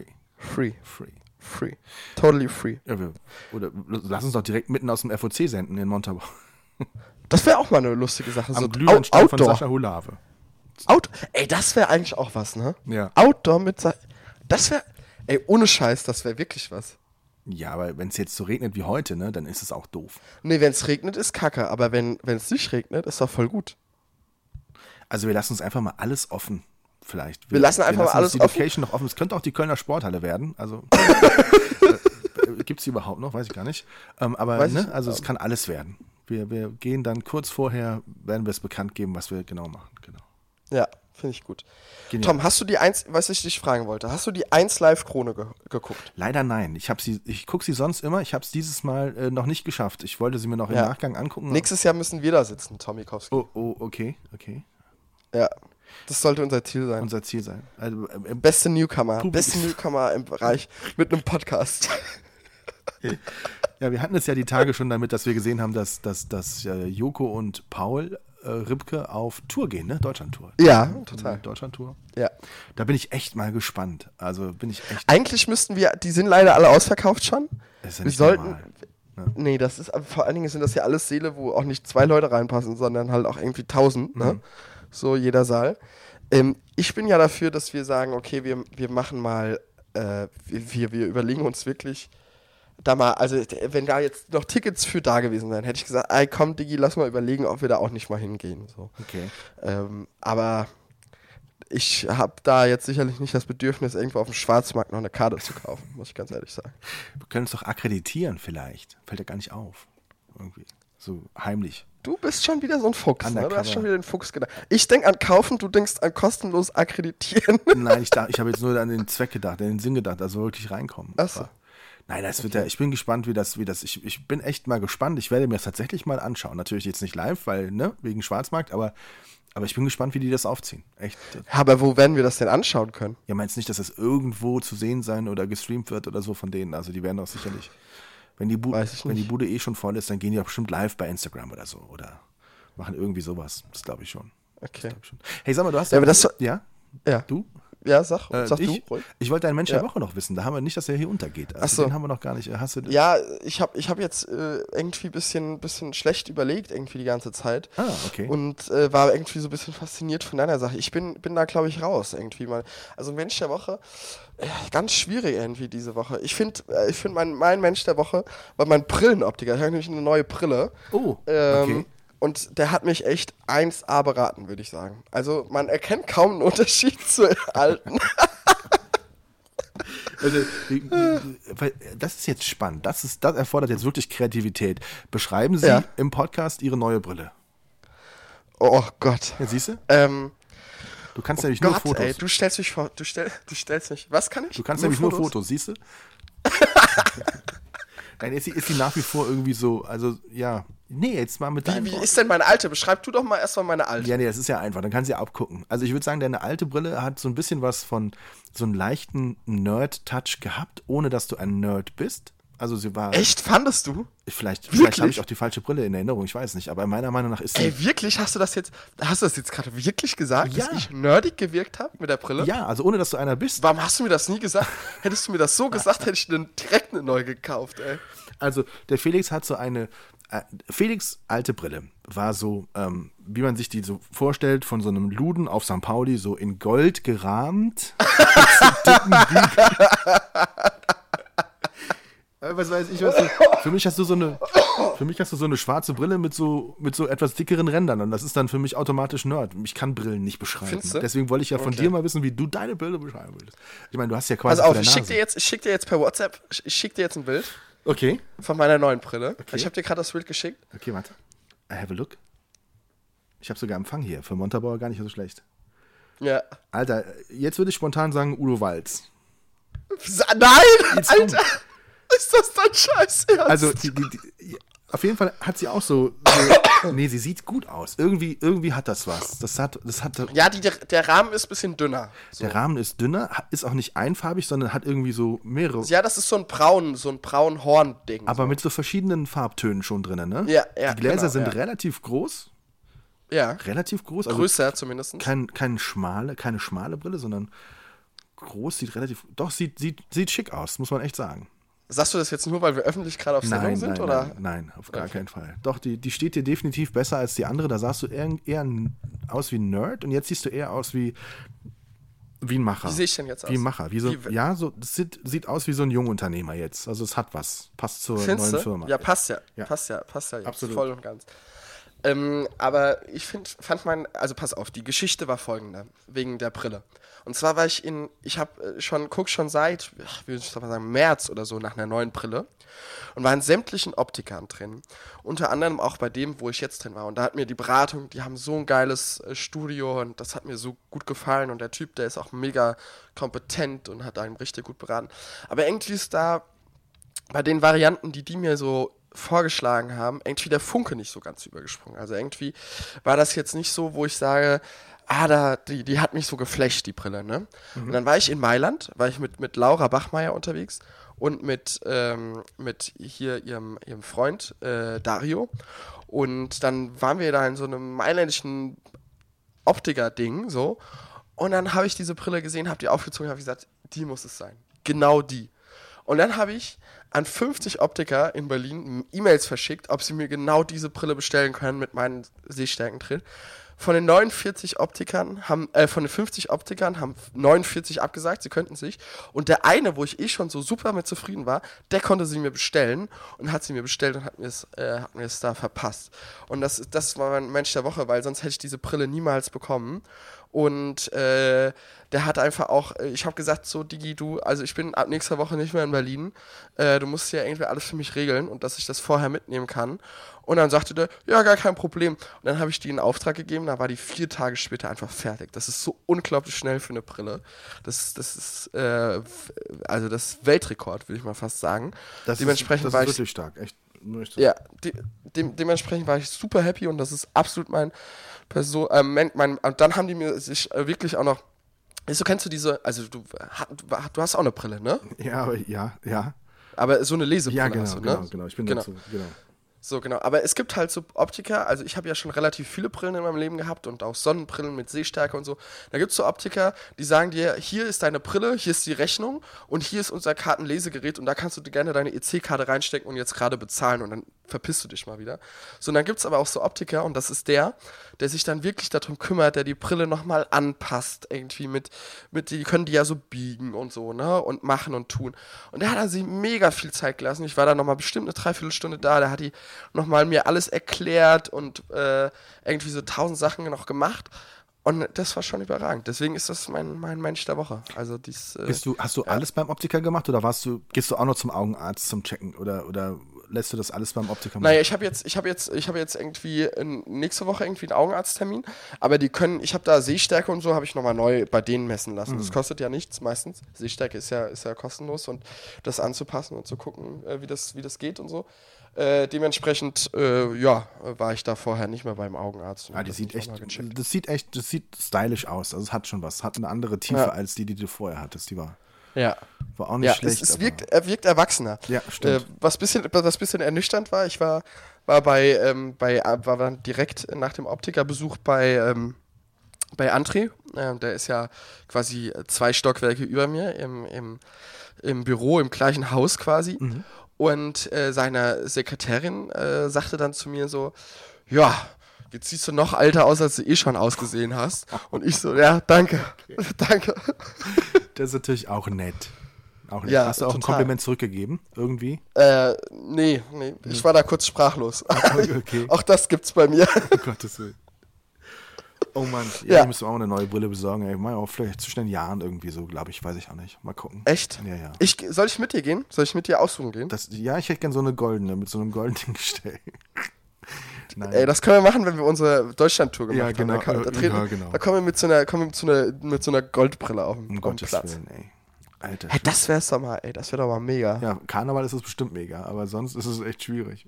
Totally free. Ja, oder lass uns doch direkt mitten aus dem FOC senden in Montabaur. Das wäre auch mal eine lustige Sache. Am So Glühweinstand von Outdoor. Sascha Hulave. Ey, das wäre eigentlich auch was, ne? Ja. Outdoor das wäre, ey, ohne Scheiß, das wäre wirklich was. Ja, aber wenn es jetzt so regnet wie heute, ne, dann ist es auch doof. Nee, wenn es regnet, ist kacke. Aber wenn es nicht regnet, ist doch voll gut. Also wir lassen uns einfach mal alles offen, vielleicht. Wir lassen einfach mal alles die offen. Location noch offen. Es könnte auch die Kölner Sporthalle werden. Also gibt es die überhaupt noch? Weiß ich gar nicht. Aber Weiß ich ne, nicht. also es kann alles werden. Wir gehen dann kurz vorher, werden wir es bekannt geben, was wir genau machen. Genau. Ja, finde ich gut. Genial. Tom, hast du die 1, was ich dich fragen wollte, hast du die 1 Live-Krone geguckt? Leider nein. Ich gucke sie sonst immer. Ich habe es dieses Mal noch nicht geschafft. Ich wollte sie mir noch im Ja. Nachgang angucken. Nächstes Jahr müssen wir da sitzen, Tomikowski. Oh, okay. Ja, das sollte unser Ziel sein. Unser Ziel sein. Also, Beste Newcomer. Publikum. Beste Newcomer im Bereich mit einem Podcast. ja, wir hatten es ja die Tage schon damit, dass wir gesehen haben, dass Joko und Paul Ribke auf Tour gehen, ne? Deutschland-Tour. Ja, total. Deutschland-Tour. Ja. Da bin ich echt mal gespannt. Also bin ich echt. Eigentlich müssten wir, die sind leider alle ausverkauft schon. Das ist ja Wir nicht sollten. normal. Nee, das ist, vor allen Dingen sind das ja alles Säle, wo auch nicht 2 Leute reinpassen, sondern halt auch irgendwie 1000, ne? So jeder Saal. Ich bin ja dafür, dass wir sagen, okay, wir machen mal, wir überlegen uns wirklich da mal, also wenn da jetzt noch Tickets für da gewesen wären, hätte ich gesagt, ey komm Digi, lass mal überlegen, ob wir da auch nicht mal hingehen. So. Okay. Aber ich habe da jetzt sicherlich nicht das Bedürfnis, irgendwo auf dem Schwarzmarkt noch eine Karte zu kaufen, muss ich ganz ehrlich sagen. Wir können es doch akkreditieren vielleicht. Fällt ja gar nicht auf. Irgendwie. So heimlich. Du bist schon wieder so ein Fuchs, ne? Du Undercover. hast schon wieder den Fuchs gedacht. Ich denke an kaufen, du denkst an kostenlos akkreditieren. Nein, ich habe jetzt nur an den Zweck gedacht, an den Sinn gedacht, also wirklich reinkommen. Ach so. Aber nein, das wird ja, ich bin gespannt, wie das, ich bin echt mal gespannt. Ich werde mir das tatsächlich mal anschauen. Natürlich jetzt nicht live, weil, ne, wegen Schwarzmarkt, aber Aber ich bin gespannt, wie die das aufziehen. Echt. Aber wo werden wir das denn anschauen können? Ja, meinst du nicht, dass das irgendwo zu sehen sein oder gestreamt wird oder so von denen? Also die werden doch sicherlich, wenn die Bude eh schon voll ist, dann gehen die auch bestimmt live bei Instagram oder so. Oder machen irgendwie sowas. Das glaube ich schon. Okay. Hey, sag mal, du hast Ja, aber das ja? Ja. Du? Ja, sag du ruhig. Ich wollte deinen Mensch der Woche noch wissen. Da haben wir nicht, dass er hier untergeht. Also Ach so. Den haben wir noch gar nicht. Hast du Ja, ich hab jetzt irgendwie ein bisschen schlecht überlegt, irgendwie die ganze Zeit. Ah, okay. Und war irgendwie so ein bisschen fasziniert von deiner Sache. Ich bin da, glaube ich, raus irgendwie mal. Also Mensch der Woche, ganz schwierig irgendwie diese Woche. Ich find mein Mensch der Woche war mein Brillenoptiker. Ich habe nämlich eine neue Brille. Oh, okay. Und der hat mich echt 1A beraten, würde ich sagen. Also man erkennt kaum einen Unterschied zur alten. Also, das ist jetzt spannend. Das erfordert jetzt wirklich Kreativität. Beschreiben Sie im Podcast Ihre neue Brille. Oh Gott. Ja, siehst du? Du kannst nämlich Gott, nur Fotos. Ey, du stellst mich vor. Du stellst mich. Was kann ich? Du kannst nämlich nur Fotos, siehst du? Nein, ist sie nach wie vor irgendwie so, also ja. Nee, jetzt mal mit deinem. Wie ist denn meine alte? Beschreib du doch mal erstmal meine alte. Ja, nee, das ist ja einfach, dann kannst du ja abgucken. Also ich würde sagen, deine alte Brille hat so ein bisschen was von so einem leichten Nerd-Touch gehabt, ohne dass du ein Nerd bist. Also sie war. Echt? Fandest du? Vielleicht habe ich auch die falsche Brille in Erinnerung, ich weiß nicht. Aber meiner Meinung nach ist sie. Ey, wirklich? Hast du das jetzt gerade wirklich gesagt, Ja. dass ich nerdig gewirkt habe mit der Brille? Ja, also ohne dass du einer bist. Warum hast du mir das nie gesagt? Hättest du mir das so gesagt, hätte ich direkt eine neue gekauft, ey. Also der Felix hat so eine. Felix' alte Brille war so, wie man sich die so vorstellt, von so einem Luden auf St. Pauli, so in Gold gerahmt. Was weiß ich, für mich hast du so eine schwarze Brille mit so etwas dickeren Rändern und das ist dann für mich automatisch Nerd. Ich kann Brillen nicht beschreiben. Findest du? Deswegen wollte ich ja von dir mal wissen, wie du deine Brille beschreiben würdest. Ich meine, du hast ja quasi Pass auf, ich schick dir jetzt per WhatsApp, ein Bild Okay. von meiner neuen Brille. Okay. Ich habe dir gerade das Bild geschickt. Okay, warte. I have a look. Ich habe sogar Empfang hier. Für Montabaur gar nicht so schlecht. Ja. Alter, jetzt würde ich spontan sagen Udo Walz. Nein, Jetzt Alter! Ist das dein Scheiß Ernst? Also, auf jeden Fall hat sie auch so nee, sie sieht gut aus. Irgendwie hat das was. Ja, der Rahmen ist ein bisschen dünner. So. Der Rahmen ist dünner, ist auch nicht einfarbig, sondern hat irgendwie so mehrere. Ja, das ist so ein braun Horn-Ding. Aber so. mit so verschiedenen Farbtönen schon drin, ne? Ja, Die Gläser genau, sind ja. relativ groß. Ja. Relativ groß. Also Größer zumindest. keine schmale Brille, sondern groß, sieht schick aus, muss man echt sagen. Sagst du das jetzt nur, weil wir öffentlich gerade auf Sendung sind? Oder? Nein, auf gar keinen Fall. Doch, die steht dir definitiv besser als die andere. Da sahst du eher aus wie ein Nerd und jetzt siehst du eher aus wie ein Macher. Wie sehe ich denn jetzt aus? Wie ein Macher. Das sieht aus wie so ein Jungunternehmer jetzt. Also es hat was. Passt zur neuen Firma. Ja, passt ja. Passt ja. Absolut. Voll und ganz. Aber ich also pass auf, die Geschichte war folgende, wegen der Brille. Und zwar war guck schon seit, wie soll ich sagen, März oder so nach einer neuen Brille und war in sämtlichen Optikern drin. Unter anderem auch bei dem, wo ich jetzt drin war. Und da hat mir die Beratung, die haben so ein geiles Studio und das hat mir so gut gefallen. Und der Typ, der ist auch mega kompetent und hat einen richtig gut beraten. Aber irgendwie ist da bei den Varianten, die mir so vorgeschlagen haben, irgendwie der Funke nicht so ganz übergesprungen. Also irgendwie war das jetzt nicht so, wo ich sage, die hat mich so geflasht, die Brille, ne? Mhm. Und dann war ich in Mailand, war ich mit Laura Bachmeier unterwegs und mit hier ihrem Freund Dario. Und dann waren wir da in so einem mailändischen Optiker-Ding, so. Und dann habe ich diese Brille gesehen, habe die aufgezogen, habe gesagt, die muss es sein. Genau die. Und dann habe ich an 50 Optiker in Berlin E-Mails verschickt, ob sie mir genau diese Brille bestellen können mit meinen Sehstärken drin. Von den 50 Optikern haben 49 abgesagt, sie könnten sich. Und der eine, wo ich schon so super mit zufrieden war, der konnte sie mir bestellen und hat sie mir bestellt und hat mir es da verpasst. Und das war mein Mensch der Woche, weil sonst hätte ich diese Brille niemals bekommen. Und der hat einfach auch, ich habe gesagt, so Digi, also ich bin ab nächster Woche nicht mehr in Berlin, du musst ja irgendwie alles für mich regeln und dass ich das vorher mitnehmen kann. Und dann sagte der, ja, gar kein Problem. Und dann habe ich die in Auftrag gegeben, da war die 4 Tage später einfach fertig. Das ist so unglaublich schnell für eine Brille. Das ist also das Weltrekord, würde ich mal fast sagen. Das Dementsprechend ist wirklich stark, echt. möchtest. Ja, dementsprechend war ich super happy und das ist absolut mein und dann haben die mir sich wirklich auch noch, so kennst du diese, also du hast auch eine Brille, ne? Ja, aber ja. Aber so eine Lesebrille Ja, genau, hast du, ne? genau. Ich bin Genau. dazu, genau. So, genau. Aber es gibt halt so Optiker, also ich habe ja schon relativ viele Brillen in meinem Leben gehabt und auch Sonnenbrillen mit Sehstärke und so. Da gibt es so Optiker, die sagen dir, hier ist deine Brille, hier ist die Rechnung und hier ist unser Kartenlesegerät und da kannst du dir gerne deine EC-Karte reinstecken und jetzt gerade bezahlen und dann verpisst du dich mal wieder. So, und dann gibt es aber auch so Optiker und das ist der sich dann wirklich darum kümmert, der die Brille nochmal anpasst, irgendwie die können die ja so biegen und so, ne, und machen und tun. Und der hat also mega viel Zeit gelassen. Ich war da nochmal bestimmt eine Dreiviertelstunde da, der hat die nochmal mir alles erklärt und irgendwie so 1000 Sachen noch gemacht. Und das war schon überragend. Deswegen ist das mein Mensch der Woche. Also Hast du alles beim Optiker gemacht oder gehst du auch noch zum Augenarzt zum Checken oder lässt du das alles beim Optiker machen? Naja, ich habe jetzt irgendwie nächste Woche irgendwie einen Augenarzttermin, aber ich habe da Sehstärke und so, habe ich nochmal neu bei denen messen lassen. Das kostet ja nichts meistens. Sehstärke ist ja kostenlos und das anzupassen und zu gucken, wie das geht und so. Dementsprechend, war ich da vorher nicht mehr beim Augenarzt. Das sieht stylisch aus. Also es hat schon was. Hat eine andere Tiefe als die du vorher hattest. Die war auch nicht schlecht. Er wirkt erwachsener. Ja, stimmt. Was bisschen ernüchternd war, ich war dann direkt nach dem Optikerbesuch bei André. Der ist ja quasi 2 Stockwerke über mir im Büro, im gleichen Haus quasi. Mhm. Und seine Sekretärin sagte dann zu mir so, ja, jetzt siehst du noch älter aus, als du eh schon ausgesehen hast. Und ich so, ja, danke, danke. Das ist natürlich auch nett. Ja, hast du auch ein Kompliment zurückgegeben, irgendwie? Nee, ich war da kurz sprachlos. Okay. Auch das gibt's bei mir. Um Gottes Willen. Oh Mann, ich müsste auch eine neue Brille besorgen. Ich mache auch vielleicht zwischen den Jahren irgendwie so, glaube ich, weiß ich auch nicht. Mal gucken. Echt? Ja. Soll ich mit dir gehen? Soll ich mit dir aussuchen gehen? Ich hätte gerne so eine goldene, mit so einem goldenen Gestell. Nein. Ey, das können wir machen, wenn wir unsere Deutschland-Tour gemacht haben. Da kommen wir mit so einer Goldbrille auf dem Platz. Willen, ey. Alter. Hey, das wär's doch mal, ey. Das wäre doch mal mega. Ja, Karneval ist es bestimmt mega, aber sonst ist es echt schwierig.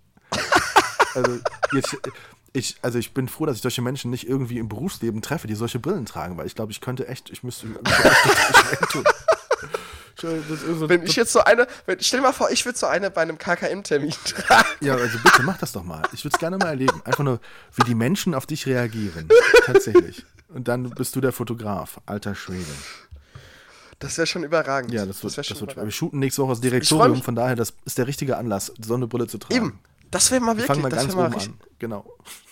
Ich bin froh, dass ich solche Menschen nicht irgendwie im Berufsleben treffe, die solche Brillen tragen, weil ich glaube, ich müsste schwer tun. Wenn ich jetzt stell dir mal vor, ich würde so eine bei einem KKM-Termin tragen. Ja, also bitte, mach das doch mal. Ich würde es gerne mal erleben. Einfach nur, wie die Menschen auf dich reagieren. Tatsächlich. Und dann bist du der Fotograf. Alter Schwede. Das wäre schon überragend. Ja, das wird. Wir shooten nächste Woche das Direktorium, von daher, das ist der richtige Anlass, so eine Brille zu tragen. Eben. Das wäre mal wirklich. Fangen wir ganz oben an. Genau.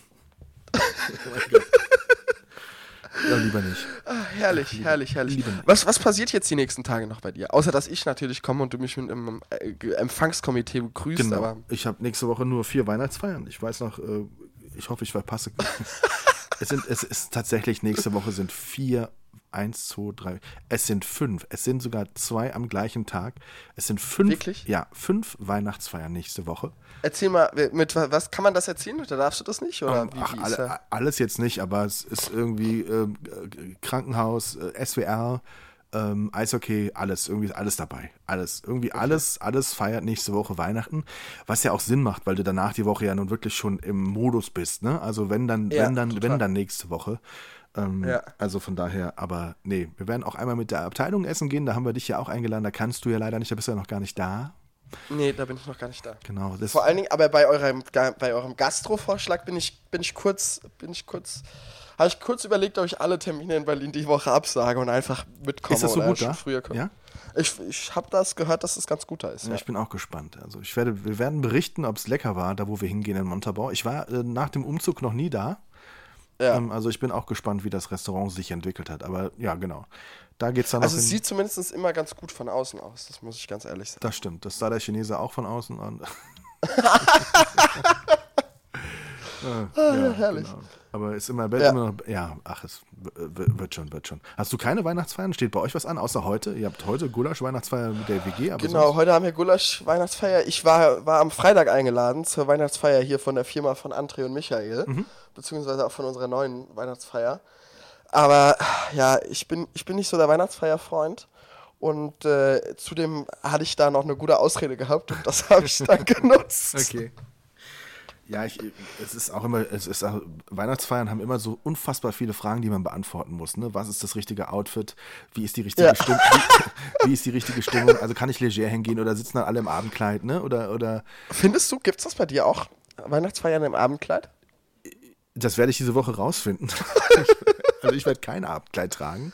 Ja, lieber nicht. Herrlich. Was passiert jetzt die nächsten Tage noch bei dir? Außer, dass ich natürlich komme und du mich mit einem Empfangskomitee begrüßt. Genau. Aber ich habe nächste Woche nur 4 Weihnachtsfeiern. Ich weiß noch, ich hoffe, ich verpasse. Es ist tatsächlich, nächste Woche sind 4, 1, 2, 3, es sind 5. Es sind sogar 2 am gleichen Tag. Es sind 5. Wirklich? Ja, 5 Weihnachtsfeiern nächste Woche. Erzähl mal, mit was kann man das erzählen oder darfst du das nicht? Oder alles jetzt nicht, aber es ist irgendwie Krankenhaus, SWR, Eishockey, alles dabei. Alles feiert nächste Woche Weihnachten, was ja auch Sinn macht, weil du danach die Woche ja nun wirklich schon im Modus bist, ne? Also wenn dann nächste Woche. Also von daher, aber nee, wir werden auch einmal mit der Abteilung essen gehen, da haben wir dich ja auch eingeladen, da kannst du ja leider nicht, da bist du ja noch gar nicht da. Nee, da bin ich noch gar nicht da. Genau. Vor allen Dingen, aber bei eurem Gastro-Vorschlag habe ich kurz überlegt, ob ich alle Termine in Berlin die Woche absage und einfach mitkomme. Ist das so gut da? Früher komme. Ja? Ich habe das gehört, dass es ganz gut da ist. Ja, ich bin auch gespannt. Also wir werden berichten, ob es lecker war, da wo wir hingehen in Montabaur. Ich war nach dem Umzug noch nie da. Ja. Also ich bin auch gespannt, wie das Restaurant sich entwickelt hat. Aber ja, genau. Da geht's dann also es sieht zumindest immer ganz gut von außen aus, das muss ich ganz ehrlich sagen. Das stimmt, das sah der Chinese auch von außen an. Herrlich. Genau. Aber ist immer noch, es wird schon. Hast du keine Weihnachtsfeiern? Steht bei euch was an, außer heute? Ihr habt heute Gulasch-Weihnachtsfeier mit der WG. Aber genau, heute haben wir Gulasch-Weihnachtsfeier. Ich war am Freitag eingeladen zur Weihnachtsfeier hier von der Firma von André und Michael, beziehungsweise auch von unserer neuen Weihnachtsfeier. Aber ja, ich bin nicht so der Weihnachtsfeierfreund und zudem hatte ich da noch eine gute Ausrede gehabt und das habe ich dann genutzt. Okay. Ja, Weihnachtsfeiern haben immer so unfassbar viele Fragen, die man beantworten muss. Ne? Was ist das richtige Outfit? Wie ist die richtige Stimmung? Wie ist die richtige Stimmung? Also kann ich leger hingehen oder sitzen dann alle im Abendkleid? Ne? Oder Findest du, gibt's das bei dir auch? Weihnachtsfeiern im Abendkleid? das werde ich diese Woche rausfinden. Also ich werde kein Abendkleid tragen.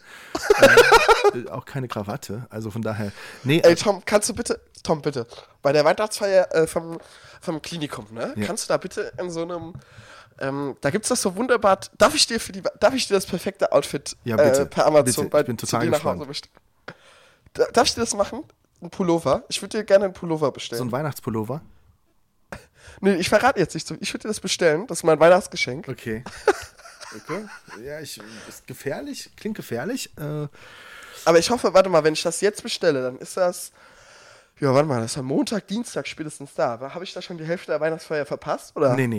Auch keine Krawatte. Also von daher. Nee, Ey, Tom, kannst du bitte, bitte, bei der Weihnachtsfeier vom Klinikum, ne? Ja. Kannst du da bitte in so einem, da gibt's das so wunderbar, darf ich dir das perfekte Outfit Ja, bitte, per Amazon bitte. Ich bin total zu dir nach gespannt. Hause bestellen? Darf ich dir das machen? Ein Pullover? Ich würde dir gerne einen Pullover bestellen. so ein Weihnachtspullover. Nee, ich verrate jetzt nicht so. Ich würde dir das bestellen. Das ist mein Weihnachtsgeschenk. Okay. Okay. Ja, ist gefährlich. Klingt gefährlich. Aber ich hoffe, warte mal, wenn ich das jetzt bestelle, dann ist das, ja, warte mal, das ist am Montag, Dienstag spätestens da. Habe ich da schon die Hälfte der Weihnachtsfeier verpasst, oder? Nee,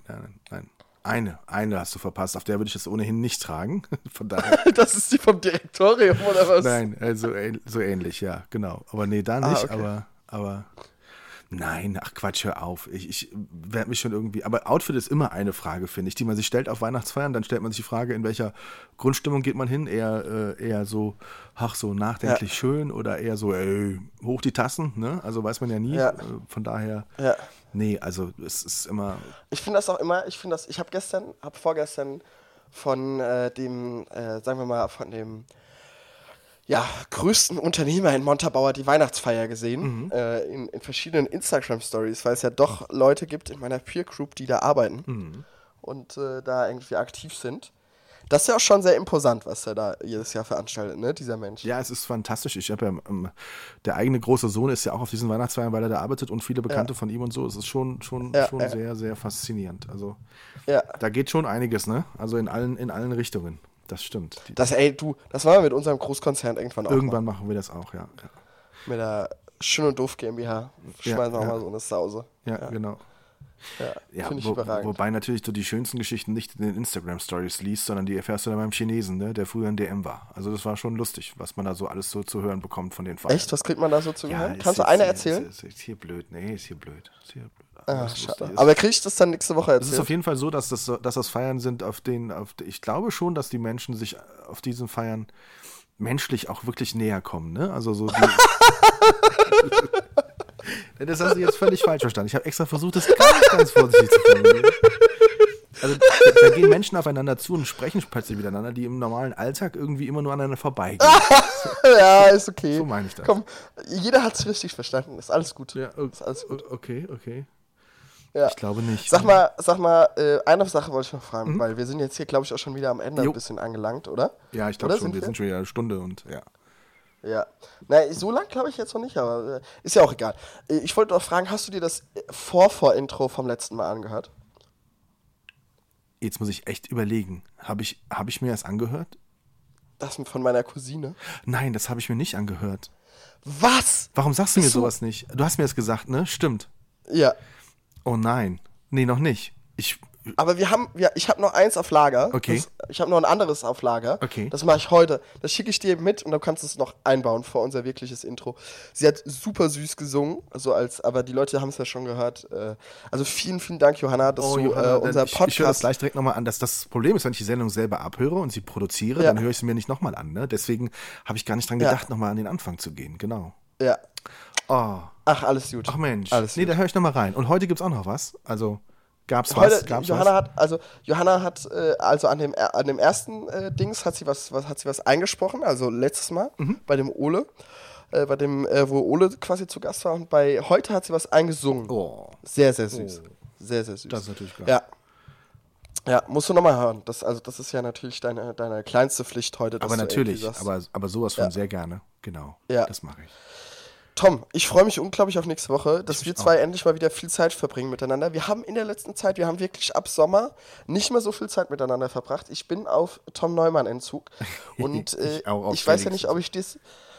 nein. Eine hast du verpasst. Auf der würde ich das ohnehin nicht tragen. Von daher. Das ist die vom Direktorium, oder was? Nein, also so ähnlich, ja, genau. Aber nee, da nicht, okay. aber nein, ach Quatsch, hör auf. Ich werde mich schon irgendwie, aber Outfit ist immer eine Frage, finde ich, die man sich stellt auf Weihnachtsfeiern. Dann stellt man sich die Frage, in welcher Grundstimmung geht man hin? Eher so, ach so, nachdenklich schön oder eher so, ey, hoch die Tassen, ne? Also weiß man ja nie. Ja. Von daher, Ja. nee, also es ist immer, Ich finde das auch immer, ich habe vorgestern von sagen wir mal, von dem größten Unternehmer in Montabaur die Weihnachtsfeier gesehen, in verschiedenen Instagram-Stories, weil es ja doch Leute gibt in meiner Peer-Group, die da arbeiten und da irgendwie aktiv sind. Das ist ja auch schon sehr imposant, was er da jedes Jahr veranstaltet, ne, dieser Mensch. ja, es ist fantastisch. Ich habe ja, der eigene große Sohn ist ja auch auf diesen Weihnachtsfeiern, weil er da arbeitet und viele Bekannte von ihm und so. Es ist schon sehr, sehr faszinierend. Also Ja. da geht schon einiges, ne? Also in allen Richtungen. Das stimmt. Das machen wir mit unserem Großkonzern irgendwann auch Irgendwann machen wir das auch, ja. Mit der Schön und Doof GmbH. Schmeißen wir auch mal so eine Sause. Ja, genau. Ja, finde ich überragend. Wobei natürlich du die schönsten Geschichten nicht in den Instagram-Stories liest, sondern die erfährst du dann beim Chinesen, ne, der früher ein DM war. Also das war schon lustig, was man da so alles so zu hören bekommt von den Feiern. Echt? Was kriegt man da so zu hören? ist Kannst du jetzt eine hier- erzählen? Ist hier blöd. Nee, ist hier blöd. Ah, Das ist schade. lustig. Aber krieg ich das dann nächste Woche Es ist erzählt? auf jeden Fall so, dass das Feiern sind, ich glaube schon, dass die Menschen sich auf diesen Feiern menschlich auch wirklich näher kommen, ne? Also so die, das hast du jetzt völlig falsch verstanden. Ich habe extra versucht, das ganz vorsichtig zu formulieren. Also da gehen Menschen aufeinander zu und sprechen plötzlich miteinander, die im normalen Alltag irgendwie immer nur aneinander vorbeigehen. Ja, ist okay. So meine ich das. Komm, jeder hat es richtig verstanden. Ist alles gut. Ja, Ist alles gut. okay. Ja. Ich glaube nicht. Sag mal, eine Sache wollte ich noch fragen, weil wir sind jetzt hier, glaube ich, auch schon wieder am Ende ein bisschen angelangt, oder? Ja, ich glaube Oder schon. sind Wir wir? sind schon wieder eine Stunde und ja. Ja. Na, so lang glaube ich jetzt noch nicht, aber ist ja auch egal. Ich wollte noch fragen, hast du dir das Vor-Intro vom letzten Mal angehört? Jetzt muss ich echt überlegen. Hab ich mir das angehört? Das von meiner Cousine. Nein, das habe ich mir nicht angehört. Was? Warum sagst du mir Bist du- sowas nicht? Du hast mir das gesagt, ne? Stimmt. Ja. Oh nein. Nee, noch nicht. Aber ich habe noch eins auf Lager. Okay. Ich habe noch ein anderes auf Lager. Okay. Das mache ich heute. Das schicke ich dir mit und dann kannst du es noch einbauen vor unser wirkliches Intro. Sie hat super süß gesungen, aber die Leute haben es ja schon gehört. Also vielen, vielen Dank, Johanna, dass du Johanna, unser ich höre das Podcast. gleich direkt nochmal an. Das Problem ist, wenn ich die Sendung selber abhöre und sie produziere, Ja. dann höre ich sie mir nicht nochmal an. Ne? Deswegen habe ich gar nicht dran gedacht, nochmal an den Anfang zu gehen. Genau. Ja. Oh, Ach, alles gut. ach Mensch. Alles Nee, gut. da höre ich nochmal rein. Und heute gibt es auch noch was. Also, gab's Heute, was? Gab's Johanna was? hat an dem ersten Dings hat sie was eingesprochen, also letztes Mal Mhm. bei dem Ole, wo Ole quasi zu Gast war, und bei heute hat sie was eingesungen. Oh, Sehr, sehr süß. Sehr, sehr süß. das ist natürlich klar. Ja. Ja, musst du nochmal hören. Das ist ja natürlich deine kleinste Pflicht heute. dass Aber du natürlich, irgendwie sagst. aber sowas von Ja. sehr gerne. Genau. Ja. Das mache ich. Tom, ich freue mich unglaublich auf nächste Woche, dass wir mich zwei endlich mal wieder viel Zeit verbringen miteinander. Wir haben in der letzten Zeit, wir haben wirklich ab Sommer nicht mehr so viel Zeit miteinander verbracht. Ich bin auf Tom Neumann Entzug und Ich auch auf ich weiß ja Felix nicht, ob ich das.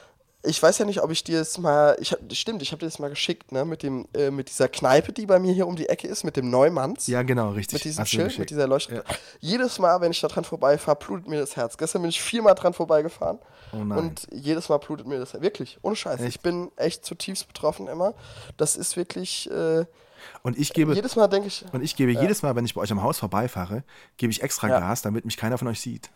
Ich weiß ja nicht, ob ich dir das mal, ich habe dir das mal geschickt, ne, mit dieser Kneipe, die bei mir hier um die Ecke ist, mit dem Neumanns. Ja, genau, richtig. Mit diesem Hast du Schild, geschickt. mit dieser Leuchte. Ja. Jedes Mal, wenn ich da dran vorbeifahre, blutet mir das Herz. Gestern bin ich 4-mal dran vorbeigefahren. Oh nein. Und jedes Mal blutet mir das Herz. Wirklich, ohne Scheiß. Echt? Ich bin echt zutiefst betroffen immer. Das ist wirklich, Und ich gebe jedes Mal denke ich... jedes Mal, wenn ich bei euch am Haus vorbeifahre, gebe ich extra Gas, damit mich keiner von euch sieht.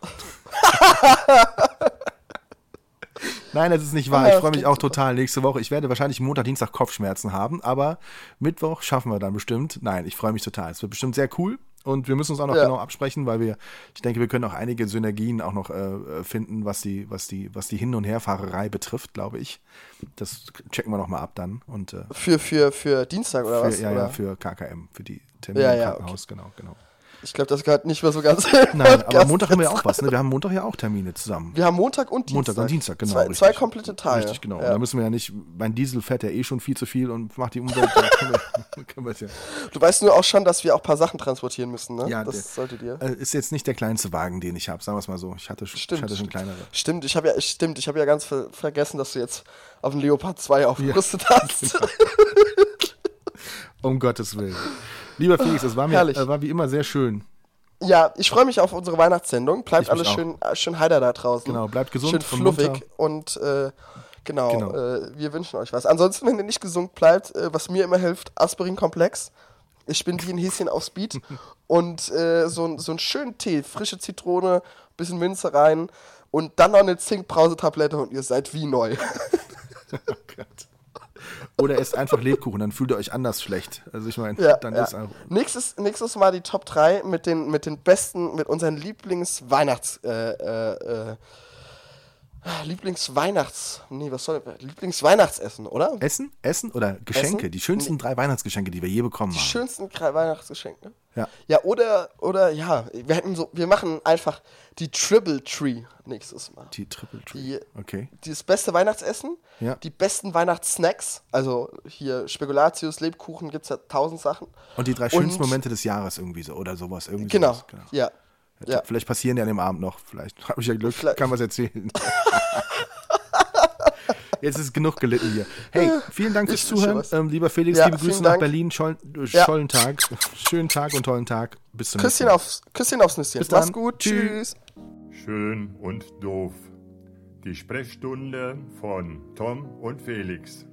Nein, das ist nicht wahr. Ich freue mich auch total nächste Woche. Ich werde wahrscheinlich Montag, Dienstag Kopfschmerzen haben, aber Mittwoch schaffen wir dann bestimmt. Nein, ich freue mich total. Es wird bestimmt sehr cool und wir müssen uns auch noch genau absprechen, weil ich denke, wir können auch einige Synergien auch noch finden, was die Hin- und Herfahrerei betrifft, glaube ich. Das checken wir noch mal ab dann. Und, für Dienstag oder was? Ja, oder? für KKM, für die Termine im Krankenhaus, okay. genau. Ich glaube, das gehört nicht mehr so ganz. Nein, aber Montag haben wir ja auch was, ne? Wir haben Montag ja auch Termine zusammen. Wir haben Montag und Dienstag. Montag und Dienstag, genau. Zwei komplette Tage. Richtig, genau. Ja. Und da müssen wir ja nicht, mein Diesel fährt ja schon viel zu viel und macht die Umwelt. können wir ja. Du weißt nur auch schon, dass wir auch ein paar Sachen transportieren müssen, ne? Ja, das solltet ihr. Ist jetzt nicht der kleinste Wagen, den ich habe, sagen wir es mal so. Ich hatte schon kleinere. Stimmt, ich habe ja ganz vergessen, dass du jetzt auf den Leopard 2 aufgerüstet hast. Genau. Um Gottes Willen. Lieber Felix, es war wie immer sehr schön. Ja, ich freue mich auf unsere Weihnachtssendung. Bleibt Ich alles schön heiter da draußen. Genau, bleibt gesund. Schön fluffig und wir wünschen euch was. Ansonsten, wenn ihr nicht gesund bleibt, was mir immer hilft, Aspirin-Komplex. Ich bin wie ein Häschen auf Speed und so einen schönen Tee, frische Zitrone, bisschen Minze rein und dann noch eine Zinkbrausetablette und ihr seid wie neu. Oh Gott. Oder esst einfach Lebkuchen, dann fühlt ihr euch anders schlecht. Also ich meine, ist einfach... Nächstes Mal die Top 3 mit unseren Lieblingsweihnachtsessen, oder? Essen oder Geschenke? Essen? Die schönsten 3 Weihnachtsgeschenke, die wir je bekommen haben. Die schönsten 3 Weihnachtsgeschenke? Ja. Ja, wir machen einfach die Triple Tree nächstes Mal. Die Triple Tree. Okay. Das beste Weihnachtsessen, Ja. die besten Weihnachtssnacks, also hier Spekulatius, Lebkuchen, gibt's ja 1000 Sachen. Und die 3 schönsten Momente des Jahres irgendwie so oder sowas. Irgendwie Genau, sowas. Genau. ja. Ja. Vielleicht passieren die an dem Abend noch. Vielleicht habe ich ja Glück, kann was erzählen. Jetzt ist genug gelitten hier. Hey, vielen Dank fürs Zuhören. Lieber Felix, liebe Grüße nach Berlin. Tollen Tag. Schönen Tag und tollen Tag. Bis zum nächsten Mal. Küsschen aufs Nüsschen. Mach's gut. Tschüss. Schön und doof. Die Sprechstunde von Tom und Felix.